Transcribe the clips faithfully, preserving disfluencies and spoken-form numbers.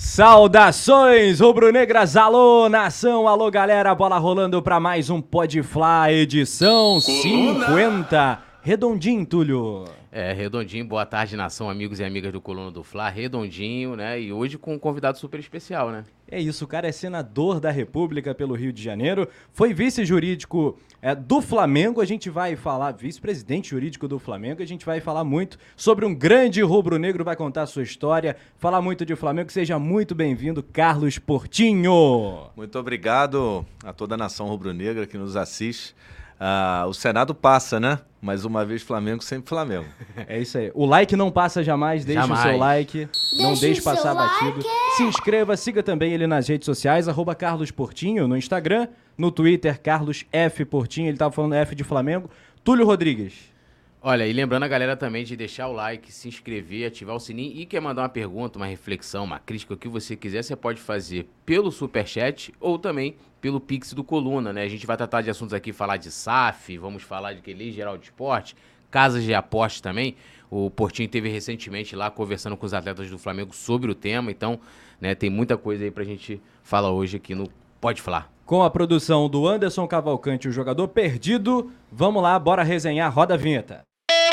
Saudações rubro-negras, alô nação, alô galera, bola rolando para mais um Pode Fla, edição cinquenta. Redondinho, Túlio. É, redondinho, boa tarde nação, amigos e amigas do Coluna do Fla, redondinho, né, e hoje com um convidado super especial, né. É isso, o cara é senador da República pelo Rio de Janeiro, foi vice-jurídico é, do Flamengo, a gente vai falar, vice-presidente jurídico do Flamengo, a gente vai falar muito sobre um grande rubro-negro, vai contar a sua história, falar muito de Flamengo, seja muito bem-vindo, Carlos Portinho. Muito obrigado a toda a nação rubro-negra que nos assiste. Ah, o Senado passa, né? Mas uma vez Flamengo, sempre Flamengo. É isso aí. O like não passa jamais, deixe jamais. o seu like, não deixe, deixe passar batido. Like. Se inscreva, siga também ele nas redes sociais, arroba Carlos Portinho no Instagram, no Twitter, Carlos F. Portinho, ele tava falando F de Flamengo. Túlio Rodrigues. Olha, e lembrando a galera também de deixar o like, se inscrever, ativar o sininho e quer mandar uma pergunta, uma reflexão, uma crítica, o que você quiser, você pode fazer pelo Superchat ou também pelo Pix do Coluna, né? A gente vai tratar de assuntos aqui, falar de S A F, vamos falar de que Lei Geral de Esporte, casas de aposta também. O Portinho teve recentemente lá conversando com os atletas do Flamengo sobre o tema, então, né, tem muita coisa aí pra gente falar hoje aqui no Pode Falar. Com a produção do Anderson Cavalcante, o jogador perdido, vamos lá, bora resenhar, roda a vinheta.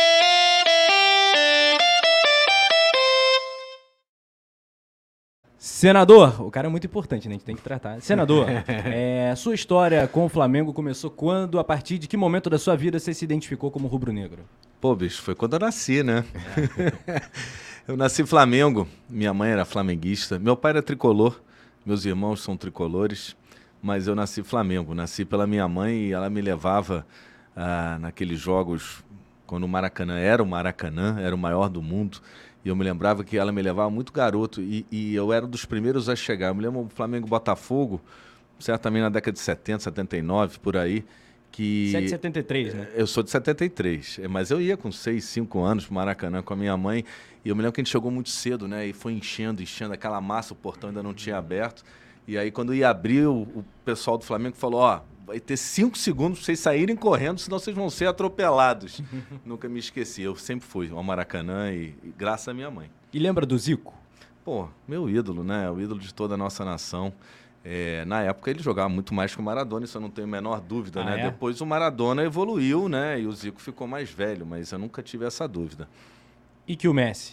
Senador, o cara é muito importante, né? A gente tem que tratar. Senador, é, sua história com o Flamengo começou quando, a partir de que momento da sua vida você se identificou como rubro-negro? Pô, bicho, foi quando eu nasci, né? É. Eu nasci Flamengo, minha mãe era flamenguista, meu pai era tricolor, meus irmãos são tricolores, mas eu nasci Flamengo, nasci pela minha mãe e ela me levava ah, naqueles jogos, quando o Maracanã era o Maracanã, era o maior do mundo. E eu me lembrava que ela me levava muito garoto e, e eu era um dos primeiros a chegar. Eu me lembro do Flamengo-Botafogo, certamente na década de setenta, setenta e nove, por aí. Que Você é de setenta e três, né? Eu sou de setenta e três, mas eu ia com seis, cinco anos pro Maracanã com a minha mãe. E eu me lembro que a gente chegou muito cedo, né? E foi enchendo, enchendo aquela massa, o portão ainda não tinha aberto. E aí quando ia abrir, o, o pessoal do Flamengo falou, ó... vai ter cinco segundos para vocês saírem correndo, senão vocês vão ser atropelados. Nunca me esqueci, eu sempre fui ao Maracanã e, e graças à minha mãe. E lembra do Zico? Pô, meu ídolo, né? O ídolo de toda a nossa nação. É, na época ele jogava muito mais que o Maradona, isso eu não tenho a menor dúvida, ah, né? É? Depois o Maradona evoluiu, né? E o Zico ficou mais velho, mas eu nunca tive essa dúvida. E que o Messi?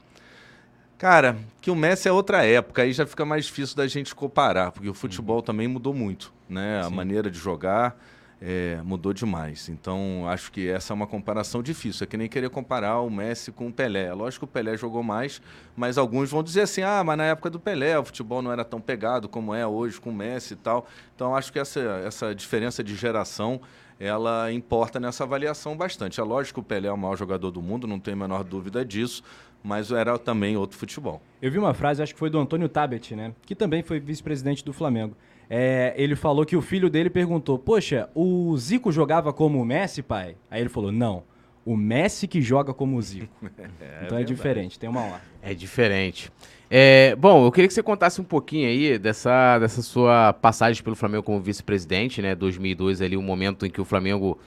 Cara, que o Messi é outra época, aí já fica mais difícil da gente comparar, porque o futebol uhum. também mudou muito, né? A Sim. maneira de jogar é, mudou demais. Então, acho que essa é uma comparação difícil. É que nem querer comparar o Messi com o Pelé. Lógico que o Pelé jogou mais, mas alguns vão dizer assim, ah, mas na época do Pelé o futebol não era tão pegado como é hoje com o Messi e tal. Então, acho que essa, essa diferença de geração, ela importa nessa avaliação bastante. É lógico que o Pelé é o maior jogador do mundo, não tenho a menor dúvida disso, mas era também outro futebol. Eu vi uma frase, acho que foi do Antônio Tabet, né? Que também foi vice-presidente do Flamengo. É, ele falou que o filho dele perguntou, poxa, o Zico jogava como o Messi, pai? Aí ele falou, não, o Messi que joga como o Zico. é, então é, é diferente, tem uma hora. É diferente. É, bom, eu queria que você contasse um pouquinho aí dessa, dessa sua passagem pelo Flamengo como vice-presidente, né? dois mil e dois ali, o momento em que o Flamengo...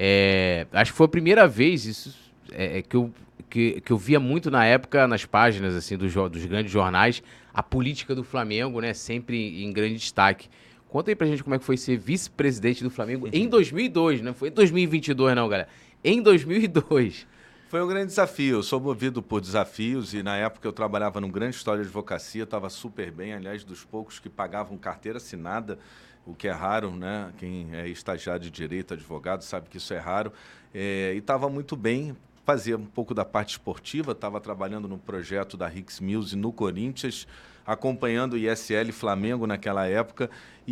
É, acho que foi a primeira vez isso, é, que eu... Que, que eu via muito na época, nas páginas assim, dos, dos grandes jornais, a política do Flamengo, né, sempre em grande destaque. Conta aí pra gente como é que foi ser vice-presidente do Flamengo em dois mil e dois, não foi em dois mil e vinte e dois não, galera. Em dois mil e dois. Foi um grande desafio, eu sou movido por desafios e na época eu trabalhava num grande escritório de advocacia, estava super bem, aliás, dos poucos que pagavam carteira assinada, o que é raro, né? Quem é estagiário de direito, advogado, sabe que isso é raro, é, e estava muito bem. Fazia um pouco da parte esportiva, estava trabalhando no projeto da Hicks Mills no Corinthians, acompanhando o I S L Flamengo naquela época,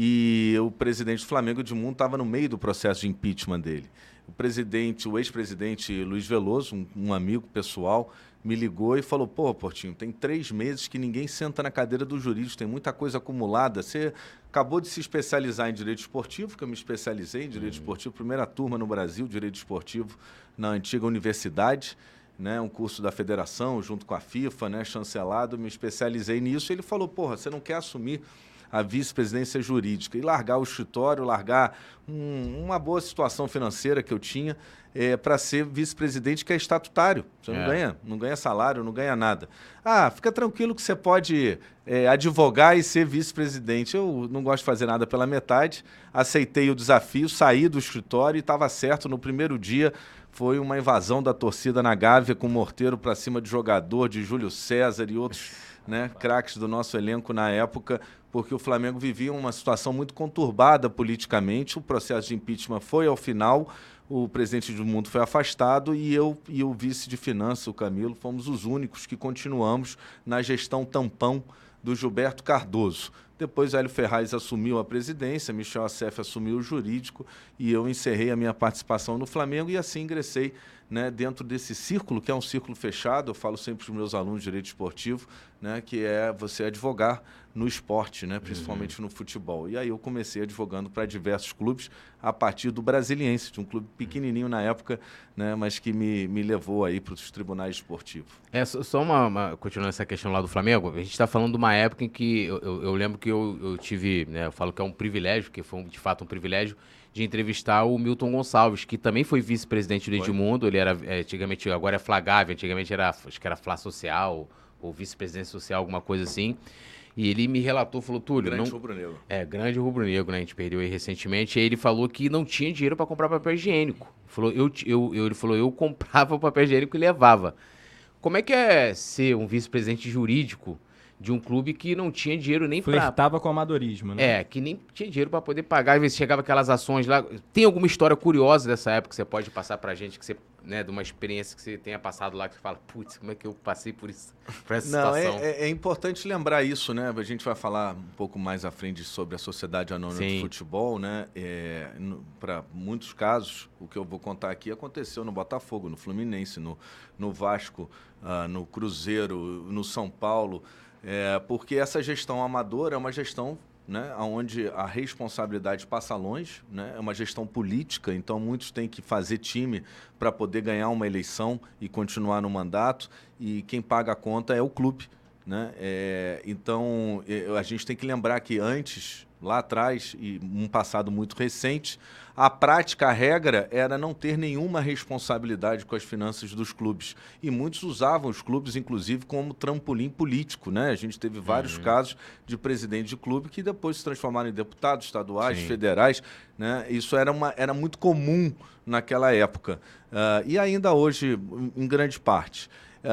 e o presidente do Flamengo, Edmundo, estava no meio do processo de impeachment dele. O presidente, o ex-presidente Luiz Veloso, um, um amigo pessoal, me ligou e falou, pô, Portinho, tem três meses que ninguém senta na cadeira do jurídico, tem muita coisa acumulada, você acabou de se especializar em direito esportivo, que eu me especializei em direito uhum. esportivo, primeira turma no Brasil, direito esportivo, na antiga universidade, né, um curso da federação, junto com a FIFA, né, chancelado, me especializei nisso, e ele falou, porra, você não quer assumir a vice-presidência jurídica e largar o escritório, largar um, uma boa situação financeira que eu tinha é, para ser vice-presidente, que é estatutário. Você não É. ganha, não ganha salário, não ganha nada. Ah, fica tranquilo que você pode é, advogar e ser vice-presidente. Eu não gosto de fazer nada pela metade. Aceitei o desafio, saí do escritório e estava certo. No primeiro dia foi uma invasão da torcida na Gávea com morteiro para cima de jogador, de Júlio César e outros, né, craques do nosso elenco na época, porque o Flamengo vivia uma situação muito conturbada politicamente. O processo de impeachment foi ao final, o presidente do mundo foi afastado e eu e o vice de finanças, o Camilo, fomos os únicos que continuamos na gestão tampão do Gilberto Cardoso. Depois, Hélio Ferraz assumiu a presidência, Michel Acef assumiu o jurídico e eu encerrei a minha participação no Flamengo e assim ingressei, né, dentro desse círculo, que é um círculo fechado. Eu falo sempre para os meus alunos de direito esportivo, né, que é você advogar no esporte, né, principalmente uhum. no futebol. E aí eu comecei advogando para diversos clubes a partir do Brasiliense, de um clube pequenininho na época, né, mas que me, me levou aí para os tribunais esportivos. É, só uma, uma, continuando essa questão lá do Flamengo, a gente está falando de uma época em que eu, eu, eu lembro que eu, eu tive, né, eu falo que é um privilégio, porque foi de fato um privilégio, de entrevistar o Milton Gonçalves, que também foi vice-presidente do Edmundo. Ele era, é, antigamente, agora é Flagávia, antigamente era, acho que era Flá Social, ou vice-presidente social, alguma coisa assim. E ele me relatou, falou, Túlio... Grande não... rubro-negro. É, grande rubro-negro, né? A gente perdeu aí recentemente. E aí ele falou que não tinha dinheiro para comprar papel higiênico. Ele falou, eu, eu, eu, ele falou, eu comprava o papel higiênico e levava. Como é que é ser um vice-presidente jurídico de um clube que não tinha dinheiro nem para... Flertava com o amadorismo, né? É, que nem tinha dinheiro para poder pagar. Às vezes chegava aquelas ações lá. Tem alguma história curiosa dessa época que você pode passar pra gente, que você, né, de uma experiência que você tenha passado lá, que você fala, putz, como é que eu passei por isso, por essa Não, situação? é, é, é importante lembrar isso, né? A gente vai falar um pouco mais à frente sobre a Sociedade Anônima Sim. de Futebol, né? É, para muitos casos, o que eu vou contar aqui aconteceu no Botafogo, no Fluminense, no, no Vasco, uh, no Cruzeiro, no São Paulo. É, porque essa gestão amadora é uma gestão, né, onde a responsabilidade passa longe, né, é uma gestão política, então muitos têm que fazer time para poder ganhar uma eleição e continuar no mandato, e quem paga a conta é o clube, né? É, então a gente tem que lembrar que antes, lá atrás, e um passado muito recente, a prática, a regra era não ter nenhuma responsabilidade com as finanças dos clubes. E muitos usavam os clubes, inclusive, como trampolim político, né? A gente teve vários uhum. casos de presidente de clube que depois se transformaram em deputados estaduais, Sim. federais, né? Isso era, uma, era muito comum naquela época. Uh, e ainda hoje, em grande parte.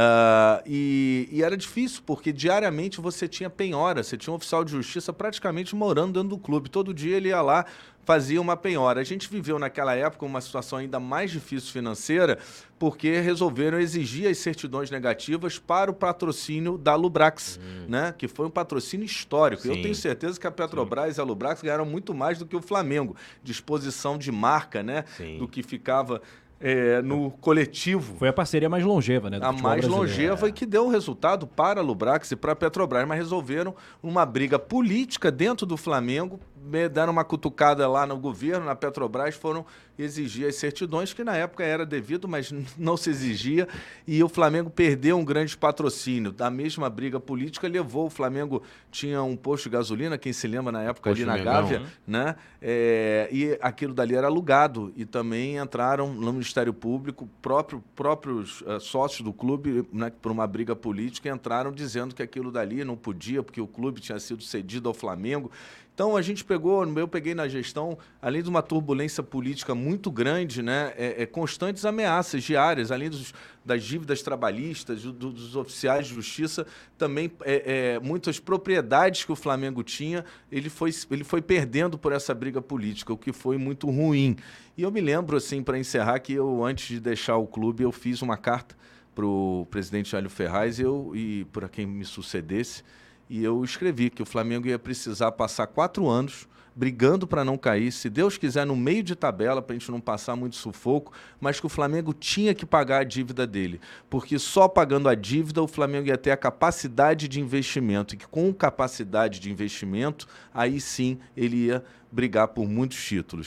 Uh, e, e era difícil, porque diariamente você tinha penhora, você tinha um oficial de justiça praticamente morando dentro do clube. Todo dia ele ia lá, fazia uma penhora. A gente viveu naquela época uma situação ainda mais difícil financeira, porque resolveram exigir as certidões negativas para o patrocínio da Lubrax, hum. né? Que foi um patrocínio histórico. Sim. Eu tenho certeza que a Petrobras Sim. e a Lubrax ganharam muito mais do que o Flamengo, de exposição de marca, né? Sim. Do que ficava... É, no coletivo. Foi a parceria mais longeva, né? A mais longeva é. e que deu resultado para a Lubrax e para a Petrobras, mas resolveram uma briga política dentro do Flamengo, deram uma cutucada lá no governo, na Petrobras, foram exigir as certidões, que na época era devido, mas não se exigia, e o Flamengo perdeu um grande patrocínio. Da mesma briga política levou, o Flamengo tinha um posto de gasolina, quem se lembra na época posto ali na Gávea, né? né? É, e aquilo dali era alugado, e também entraram no Ministério Público, próprio, próprios uh, sócios do clube, né, por uma briga política, entraram dizendo que aquilo dali não podia, porque o clube tinha sido cedido ao Flamengo. Então a gente pegou, eu peguei na gestão, além de uma turbulência política muito grande, né, é, é, constantes ameaças diárias, além dos, das dívidas trabalhistas, do, dos oficiais de justiça, também é, é, muitas propriedades que o Flamengo tinha, ele foi, ele foi perdendo por essa briga política, o que foi muito ruim. E eu me lembro, assim, para encerrar, que eu, antes de deixar o clube, eu fiz uma carta para o presidente Hélio Ferraz eu, e para quem me sucedesse, e eu escrevi que o Flamengo ia precisar passar quatro anos brigando para não cair, se Deus quiser, no meio de tabela, para a gente não passar muito sufoco, mas que o Flamengo tinha que pagar a dívida dele, porque só pagando a dívida o Flamengo ia ter a capacidade de investimento, e que com capacidade de investimento, aí sim ele ia brigar por muitos títulos.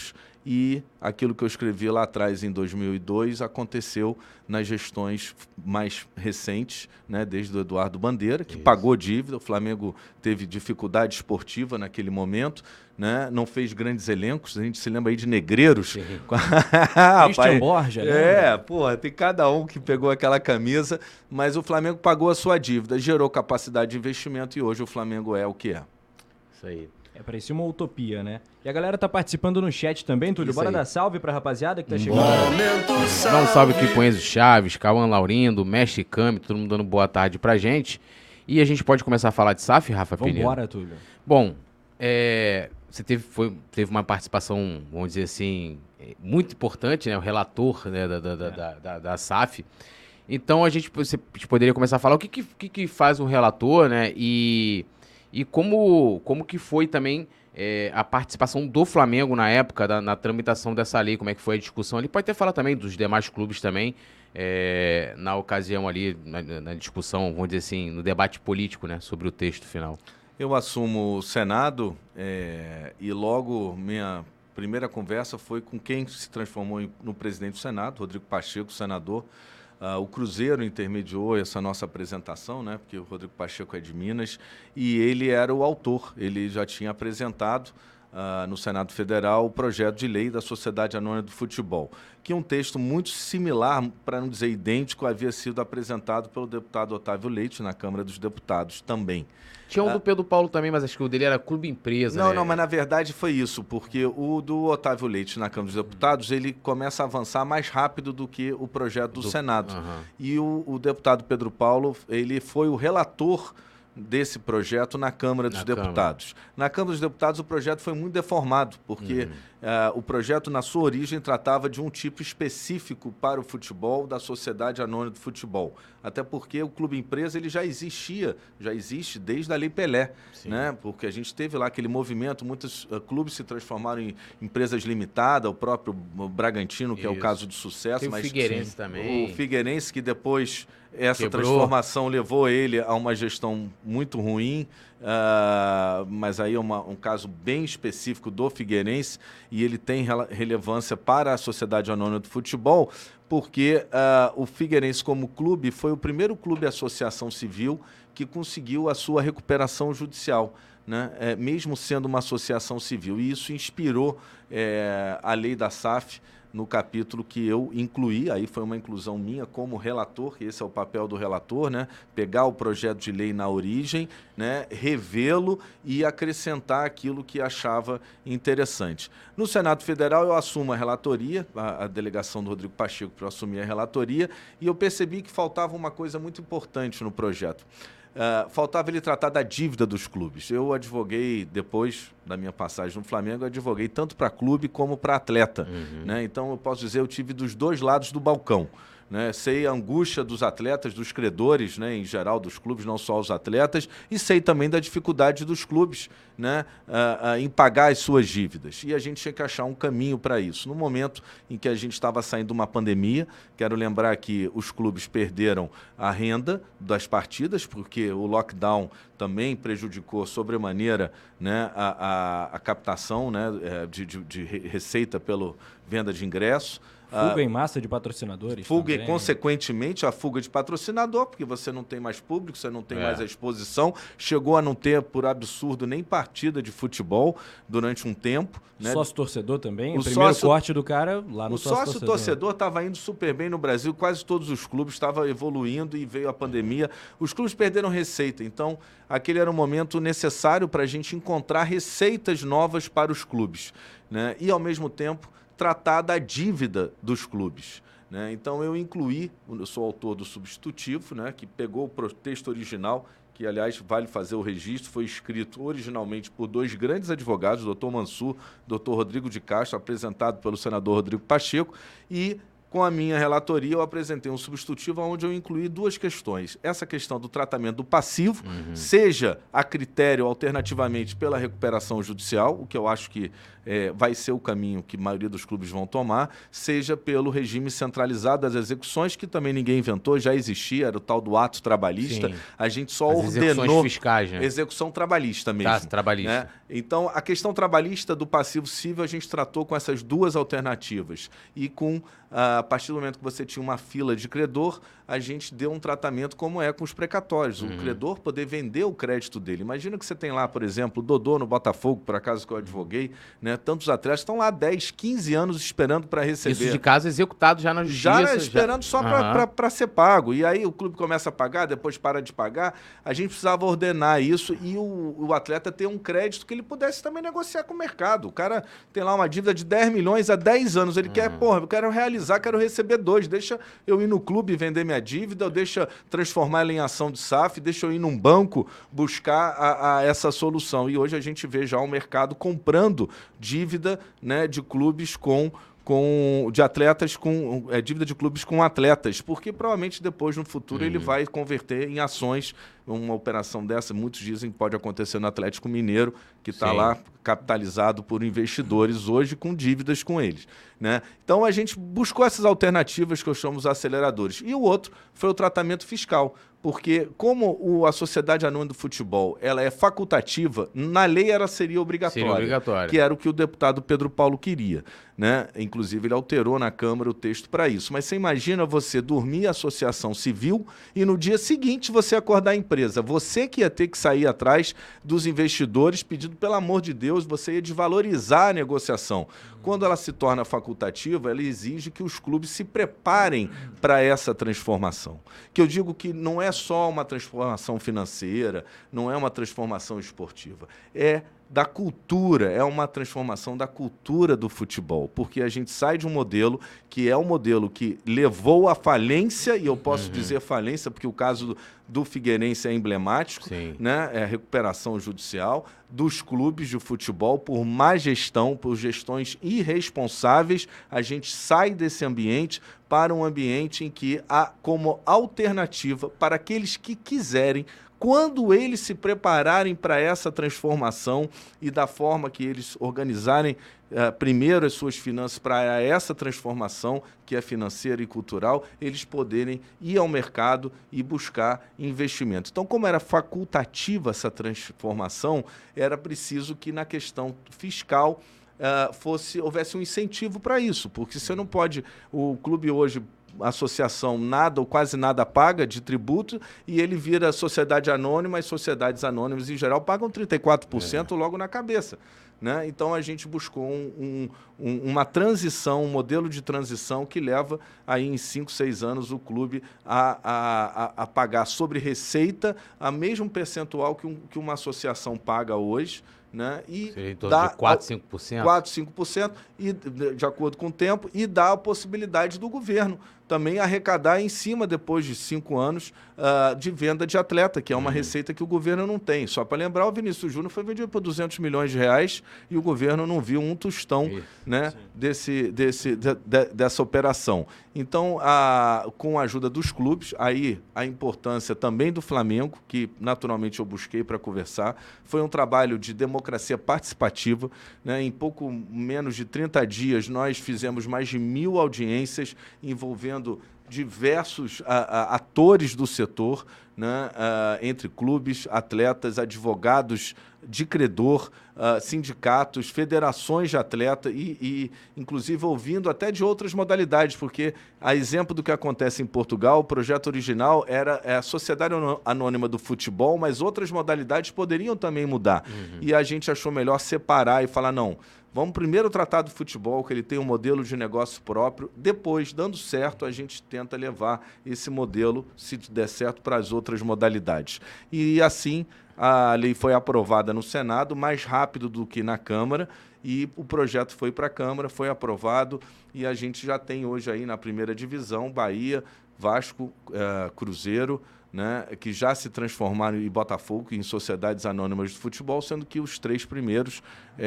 e aquilo que eu escrevi lá atrás, em dois mil e dois, aconteceu nas gestões mais recentes, né, desde o Eduardo Bandeira, que Isso. pagou dívida. O Flamengo teve dificuldade esportiva naquele momento, né, não fez grandes elencos. A gente se lembra aí de Negreiros. Christian Borja, né? É, porra, tem cada um que pegou aquela camisa, mas o Flamengo pagou a sua dívida, gerou capacidade de investimento e hoje o Flamengo é o que é. Isso aí. É, parecia uma utopia, né? E a galera tá participando no chat também, Túlio. Isso Bora aí. dar salve pra rapaziada que tá chegando. Dá um salve aqui pro Enzo Chaves, Cauã Laurindo, Mestre Cami, todo mundo dando boa tarde pra gente. E a gente pode começar a falar de S A F, Rafa Pereira? Vambora, Túlio. Bom, é, você teve, foi, teve uma participação, vamos dizer assim, muito importante, né? O relator, né, da, da, é. da, da, da S A F. Então a gente, você, a gente poderia começar a falar o que, que, que faz um relator, né? E... E como, como que foi também é, a participação do Flamengo na época, da, na tramitação dessa lei, como é que foi a discussão ali? Pode até falar também dos demais clubes também, é, na ocasião ali, na, na discussão, vamos dizer assim, no debate político, né, sobre o texto final. Eu assumo o Senado é, e logo minha primeira conversa foi com quem se transformou em, no presidente do Senado, Rodrigo Pacheco, senador. Uh, o Cruzeiro intermediou essa nossa apresentação, né, porque o Rodrigo Pacheco é de Minas, e ele era o autor, ele já tinha apresentado uh, no Senado Federal o projeto de lei da Sociedade Anônima do Futebol, que é um texto muito similar, para não dizer idêntico, havia sido apresentado pelo deputado Otávio Leite na Câmara dos Deputados também. Tinha um do Pedro Paulo também, mas acho que o dele era Clube Empresa. Não, né? não, mas na verdade foi isso, porque o do Otávio Leite na Câmara dos Deputados, ele começa a avançar mais rápido do que o projeto do, do Senado. Uhum. E o, o deputado Pedro Paulo, ele foi o relator desse projeto na Câmara dos na Deputados. Câmara. Na Câmara dos Deputados o projeto foi muito deformado, porque uhum. uh, o projeto, na sua origem, tratava de um tipo específico para o futebol, da Sociedade Anônima do Futebol. Até porque o Clube Empresa ele já existia, já existe desde a Lei Pelé, né? Porque a gente teve lá aquele movimento, muitos uh, clubes se transformaram em empresas limitadas, o próprio Bragantino, que Isso. é o caso de sucesso. Tem mas o Figueirense sim, também. O Figueirense, que depois essa Quebrou. transformação levou ele a uma gestão muito ruim, uh, mas aí é uma, um caso bem específico do Figueirense, e ele tem rele- relevância para a Sociedade Anônima do Futebol, porque uh, o Figueirense, como clube, foi o primeiro clube associação civil que conseguiu a sua recuperação judicial, né? É, mesmo sendo uma associação civil. E isso inspirou é, a lei da S A F no capítulo que eu incluí, aí foi uma inclusão minha como relator, que esse é o papel do relator, né? Pegar o projeto de lei na origem, né? Revê-lo e acrescentar aquilo que achava interessante. No Senado Federal eu assumo a relatoria, a, a delegação do Rodrigo Pacheco para assumir a relatoria, e eu percebi que faltava uma coisa muito importante no projeto. Uh, faltava ele tratar da dívida dos clubes. Eu advoguei, depois da minha passagem no Flamengo, eu advoguei tanto para clube como para atleta. Uhum. Né? Então, eu posso dizer, eu tive dos dois lados do balcão. Né? Sei a angústia dos atletas, dos credores, né? Em geral, dos clubes, não só os atletas, e sei também da dificuldade dos clubes, né? uh, uh, em pagar as suas dívidas. E a gente tinha que achar um caminho para isso. No momento em que a gente estava saindo de uma pandemia, quero lembrar que os clubes perderam a renda das partidas, porque o lockdown também prejudicou sobremaneira, né, a, a, a captação, né, de, de, de receita pela venda de ingresso. Fuga em massa de patrocinadores. Fuga também. E, consequentemente, a fuga de patrocinador, porque você não tem mais público, você não tem é. mais a exposição. Chegou a não ter, por absurdo, nem partida de futebol durante um tempo. Né? Sócio-torcedor também? O, o primeiro sócio, corte do cara lá no sócio-torcedor. O sócio-torcedor estava indo super bem no Brasil, quase todos os clubes estavam evoluindo e veio a pandemia. Os clubes perderam receita, então aquele era um momento necessário para a gente encontrar receitas novas para os clubes, né? E, ao mesmo tempo, tratar da dívida dos clubes, né? Então eu incluí, eu sou autor do substitutivo, né, que pegou o texto original, que aliás vale fazer o registro, foi escrito originalmente por dois grandes advogados, o doutor Mansur, doutor Rodrigo de Castro, apresentado pelo senador Rodrigo Pacheco, e com a minha relatoria, eu apresentei um substitutivo onde eu incluí duas questões. Essa questão do tratamento do passivo, uhum. seja a critério alternativamente pela recuperação judicial, o que eu acho que é, vai ser o caminho que a maioria dos clubes vão tomar, seja pelo regime centralizado das execuções, que também ninguém inventou, já existia, era o tal do ato trabalhista. Sim. A gente só As ordenou... fiscais, né? Execução trabalhista mesmo. Tá, trabalhista. Né? Então, a questão trabalhista do passivo civil, a gente tratou com essas duas alternativas. E com, a partir do momento que você tinha uma fila de credor, a gente deu um tratamento como é com os precatórios. Uhum. O credor poder vender o crédito dele. Imagina que você tem lá, por exemplo, o Dodô no Botafogo, por acaso que eu advoguei, né? Tantos atletas estão lá dez, quinze anos esperando para receber. Isso de caso executado já na justiça. Já esperando já... só uhum. para ser pago. E aí o clube começa a pagar, depois para de pagar. A gente precisava ordenar isso e o, o atleta ter um crédito que ele pudesse também negociar com o mercado. O cara tem lá uma dívida de dez milhões há dez anos. Ele uhum. quer, porra, eu quero realizar, quero receber dois. Deixa eu ir no clube e vender minha dívida, ou deixa transformar ela em ação de S A F, deixa eu ir num banco buscar a, a essa solução. E hoje a gente vê já o mercado comprando dívida, né, de clubes com... Com, de atletas com é, dívida de clubes com atletas, porque provavelmente depois no futuro uhum. ele vai converter em ações. Uma operação dessa, muitos dizem que pode acontecer no Atlético Mineiro, que está lá capitalizado por investidores hoje com dívidas com eles, né? Então a gente buscou essas alternativas que eu chamo os aceleradores. E o outro foi o tratamento fiscal, porque como o, a Sociedade Anônima do Futebol ela é facultativa, na lei ela seria obrigatória, seria obrigatória, que era o que o deputado Pedro Paulo queria, né? Inclusive ele alterou na Câmara o texto para isso. Mas você imagina você dormir associação civil e no dia seguinte você acordar a empresa. Você que ia ter que sair atrás dos investidores pedindo, pelo amor de Deus, você ia desvalorizar a negociação. Quando ela se torna facultativa, ela exige que os clubes se preparem para essa transformação. Que eu digo que não é só uma transformação financeira, não é uma transformação esportiva, é da cultura, é uma transformação da cultura do futebol, porque a gente sai de um modelo que é um modelo que levou à falência, e eu posso uhum. dizer falência porque o caso do, do Figueirense é emblemático, né? É a recuperação judicial dos clubes de futebol por má gestão, por gestões irresponsáveis. A gente sai desse ambiente para um ambiente em que há como alternativa para aqueles que quiserem, quando eles se prepararem para essa transformação e da forma que eles organizarem uh, primeiro as suas finanças para essa transformação, que é financeira e cultural, eles poderem ir ao mercado e buscar investimento. Então, como era facultativa essa transformação, era preciso que na questão fiscal uh, fosse, houvesse um incentivo para isso, porque você não pode, o clube hoje, a associação nada ou quase nada paga de tributo e ele vira sociedade anônima, e sociedades anônimas em geral pagam trinta e quatro por cento é. logo na cabeça, né? Então a gente buscou um, um, uma transição, um modelo de transição que leva aí em cinco, seis anos o clube a, a, a pagar sobre receita a mesmo percentual que, um, que uma associação paga hoje, né? E seria em torno dá de quatro, cinco por cento? quatro, cinco por cento, e, de acordo com o tempo, e dá a possibilidade do governo também arrecadar em cima, depois de cinco anos, uh, de venda de atleta, que é uma uhum. receita que o governo não tem. Só para lembrar, o Vinícius Júnior foi vendido por duzentos milhões de reais e o governo não viu um tostão Isso, né, desse, desse, de, de, dessa operação. Então, a, com a ajuda dos clubes, aí a importância também do Flamengo, que naturalmente eu busquei para conversar, foi um trabalho de democracia participativa, né? Em pouco menos de trinta dias, nós fizemos mais de mil audiências envolvendo diversos a, a, atores do setor, né, a, entre clubes, atletas, advogados de credor, a, sindicatos, federações de atleta e, e, inclusive, ouvindo até de outras modalidades, porque, a exemplo do que acontece em Portugal, o projeto original era a Sociedade Anônima do Futebol, mas outras modalidades poderiam também mudar. Uhum. E a gente achou melhor separar e falar, não, vamos primeiro tratar do futebol, que ele tem um modelo de negócio próprio. Depois, dando certo, a gente tenta levar esse modelo, se der certo, para as outras modalidades. E assim, a lei foi aprovada no Senado, mais rápido do que na Câmara, e o projeto foi para a Câmara, foi aprovado, e a gente já tem hoje aí na primeira divisão, Bahia, Vasco, uh, Cruzeiro, né, que já se transformaram em Botafogo, em sociedades anônimas de futebol, sendo que os três primeiros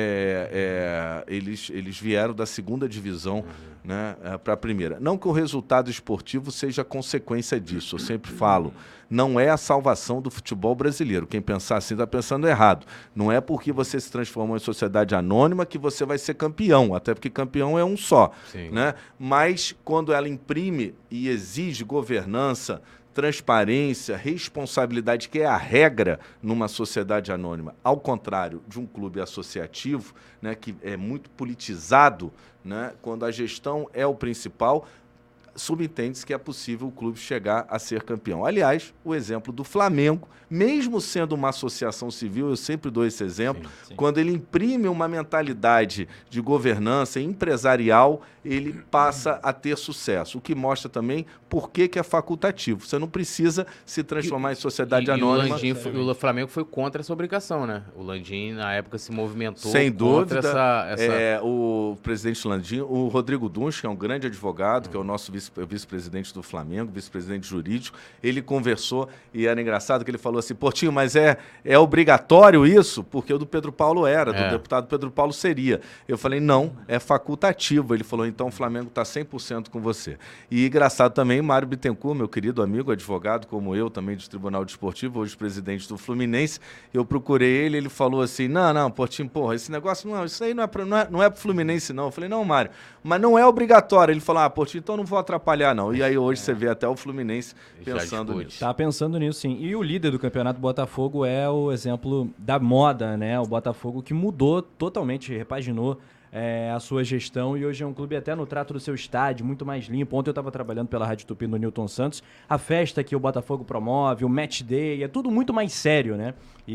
é, é, eles, eles vieram da segunda divisão, né, para a primeira. Não que o resultado esportivo seja consequência disso, eu sempre falo, não é a salvação do futebol brasileiro. Quem pensar assim está pensando errado. Não é porque você se transformou em sociedade anônima que você vai ser campeão, até porque campeão é um só. Né? Mas quando ela imprime e exige governança, transparência, responsabilidade, que é a regra numa sociedade anônima, ao contrário de um clube associativo, né, que é muito politizado, né, quando a gestão é o principal, subentende-se que é possível o clube chegar a ser campeão. Aliás, o exemplo do Flamengo, mesmo sendo uma associação civil, eu sempre dou esse exemplo, sim, sim. Quando ele imprime uma mentalidade de governança empresarial, ele passa a ter sucesso, o que mostra também por que, que é facultativo. Você não precisa se transformar e, em sociedade e, anônima. E o, Landim, o Flamengo foi contra essa obrigação, né? O Landim, na época, se movimentou sem contra dúvida, essa... essa... É, o presidente Landim, o Rodrigo Duns, que é um grande advogado, hum. que é o nosso vice vice-presidente do Flamengo, vice-presidente jurídico, ele conversou e era engraçado que ele falou assim, Portinho, mas é, é obrigatório isso? Porque o do Pedro Paulo era, é. do deputado Pedro Paulo seria. Eu falei, não, é facultativo. Ele falou, então o Flamengo está cem por cento com você. E engraçado também, Mário Bittencourt, meu querido amigo, advogado como eu, também do Tribunal Desportivo, hoje presidente do Fluminense, eu procurei ele, ele falou assim, não, não, Portinho, porra, esse negócio, não, isso aí não é para não é, não é pro Fluminense, não. Eu falei, não, Mário, mas não é obrigatório. Ele falou, ah, Portinho, então não vou atrapalhar, não. E aí hoje é. você vê até o Fluminense pensando nisso. Tá pensando nisso, sim. E o líder do campeonato, Botafogo, é o exemplo da moda, né? O Botafogo que mudou totalmente, repaginou é, a sua gestão e hoje é um clube até no trato do seu estádio, muito mais limpo. Ontem eu estava trabalhando pela Rádio Tupi no Newton Santos. A festa que o Botafogo promove, o match day, é tudo muito mais sério, né?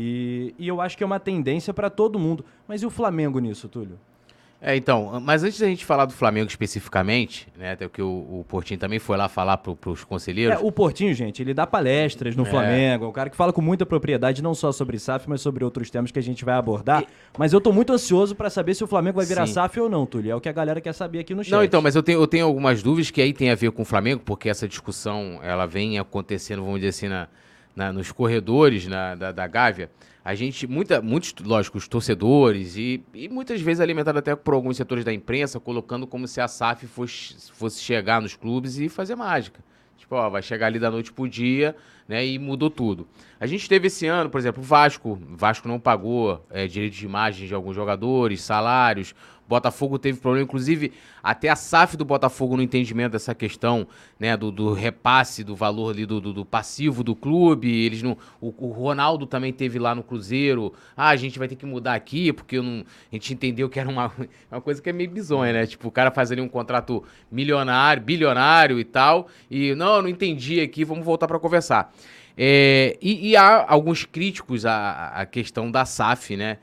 E, e eu acho que é uma tendência para todo mundo. Mas e o Flamengo nisso, Túlio? É, então, mas antes da gente falar do Flamengo especificamente, né, até que o, o Portinho também foi lá falar para os conselheiros. É, o Portinho, gente, ele dá palestras no é. Flamengo, é o cara que fala com muita propriedade, não só sobre S A F, mas sobre outros temas que a gente vai abordar. E... Mas eu tô muito ansioso para saber se o Flamengo vai virar Sim. S A F ou não, Túlio, é o que a galera quer saber aqui no chat. Não, então, mas eu tenho, eu tenho algumas dúvidas que aí tem a ver com o Flamengo, porque essa discussão, ela vem acontecendo, vamos dizer assim, na, na, nos corredores na, da, da Gávea. A gente, muita, muitos, lógico, os torcedores e, e muitas vezes alimentado até por alguns setores da imprensa, colocando como se a S A F fosse, fosse chegar nos clubes e fazer mágica. Tipo, ó, vai chegar ali da noite pro dia, né, e mudou tudo. A gente teve esse ano, por exemplo, o Vasco. O Vasco não pagou é, direitos de imagem de alguns jogadores, salários. Botafogo teve problema, inclusive até a S A F do Botafogo no entendimento dessa questão, né, do, do repasse do valor ali do, do, do passivo do clube. Eles não, o, o Ronaldo também teve lá no Cruzeiro. Ah, a gente vai ter que mudar aqui porque eu não, a gente entendeu que era uma, uma coisa que é meio bizonha, né? Tipo, o cara faz ali um contrato milionário, bilionário e tal, e não, eu não entendi aqui, vamos voltar para conversar. É, e, e há alguns críticos à, à questão da S A F, né?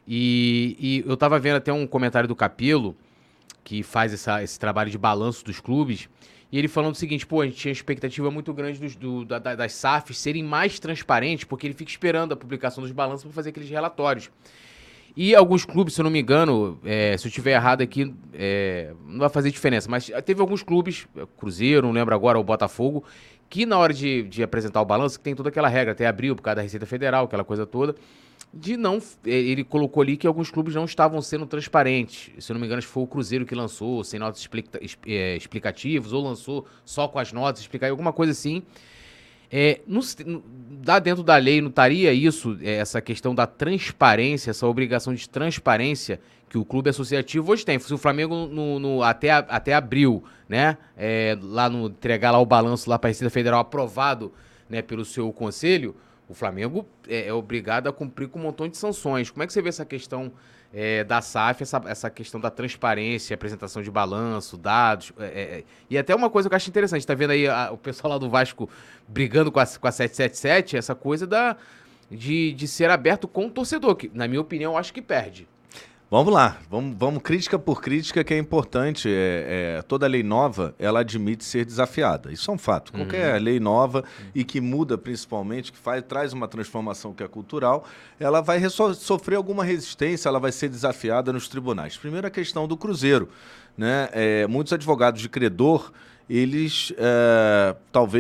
E, e eu tava vendo até um comentário do Capello, que faz essa, esse trabalho de balanço dos clubes, e ele falando o seguinte, pô, a gente tinha expectativa muito grande dos, do, da, das S A Fs serem mais transparentes, porque ele fica esperando a publicação dos balanços para fazer aqueles relatórios. E alguns clubes, se eu não me engano, é, se eu estiver errado aqui, é, não vai fazer diferença, mas teve alguns clubes, Cruzeiro, não lembro agora, o Botafogo, que na hora de, de apresentar o balanço, que tem toda aquela regra, até abril por causa da Receita Federal, aquela coisa toda, de não, ele colocou ali que alguns clubes não estavam sendo transparentes. Se eu não me engano, acho que foi o Cruzeiro que lançou, sem notas explica, é, explicativas, ou lançou só com as notas, explicar alguma coisa assim. É, no, dá dentro da lei, não estaria isso, é, essa questão da transparência, essa obrigação de transparência que o clube associativo hoje tem. Se o Flamengo no, no, até, até abril, né, é, lá no, entregar lá o balanço lá para a Receita Federal aprovado, né, pelo seu conselho, o Flamengo é, é obrigado a cumprir com um montão de sanções. Como é que você vê essa questão é, da S A F, essa, essa questão da transparência, apresentação de balanço, dados? É, é, e até uma coisa que eu acho interessante, tá vendo aí a, o pessoal lá do Vasco brigando com a, com a sete sete sete, essa coisa da, de, de ser aberto com o torcedor, que na minha opinião eu acho que perde. Vamos lá, vamos, vamos crítica por crítica, que é importante. É, é, toda lei nova, ela admite ser desafiada. Isso é um fato. Uhum. Qualquer lei nova uhum. e que muda principalmente, que faz, traz uma transformação que é cultural, ela vai sofrer alguma resistência, ela vai ser desafiada nos tribunais. Primeiro a questão do Cruzeiro, né? É, muitos advogados de credor, eles é, talvez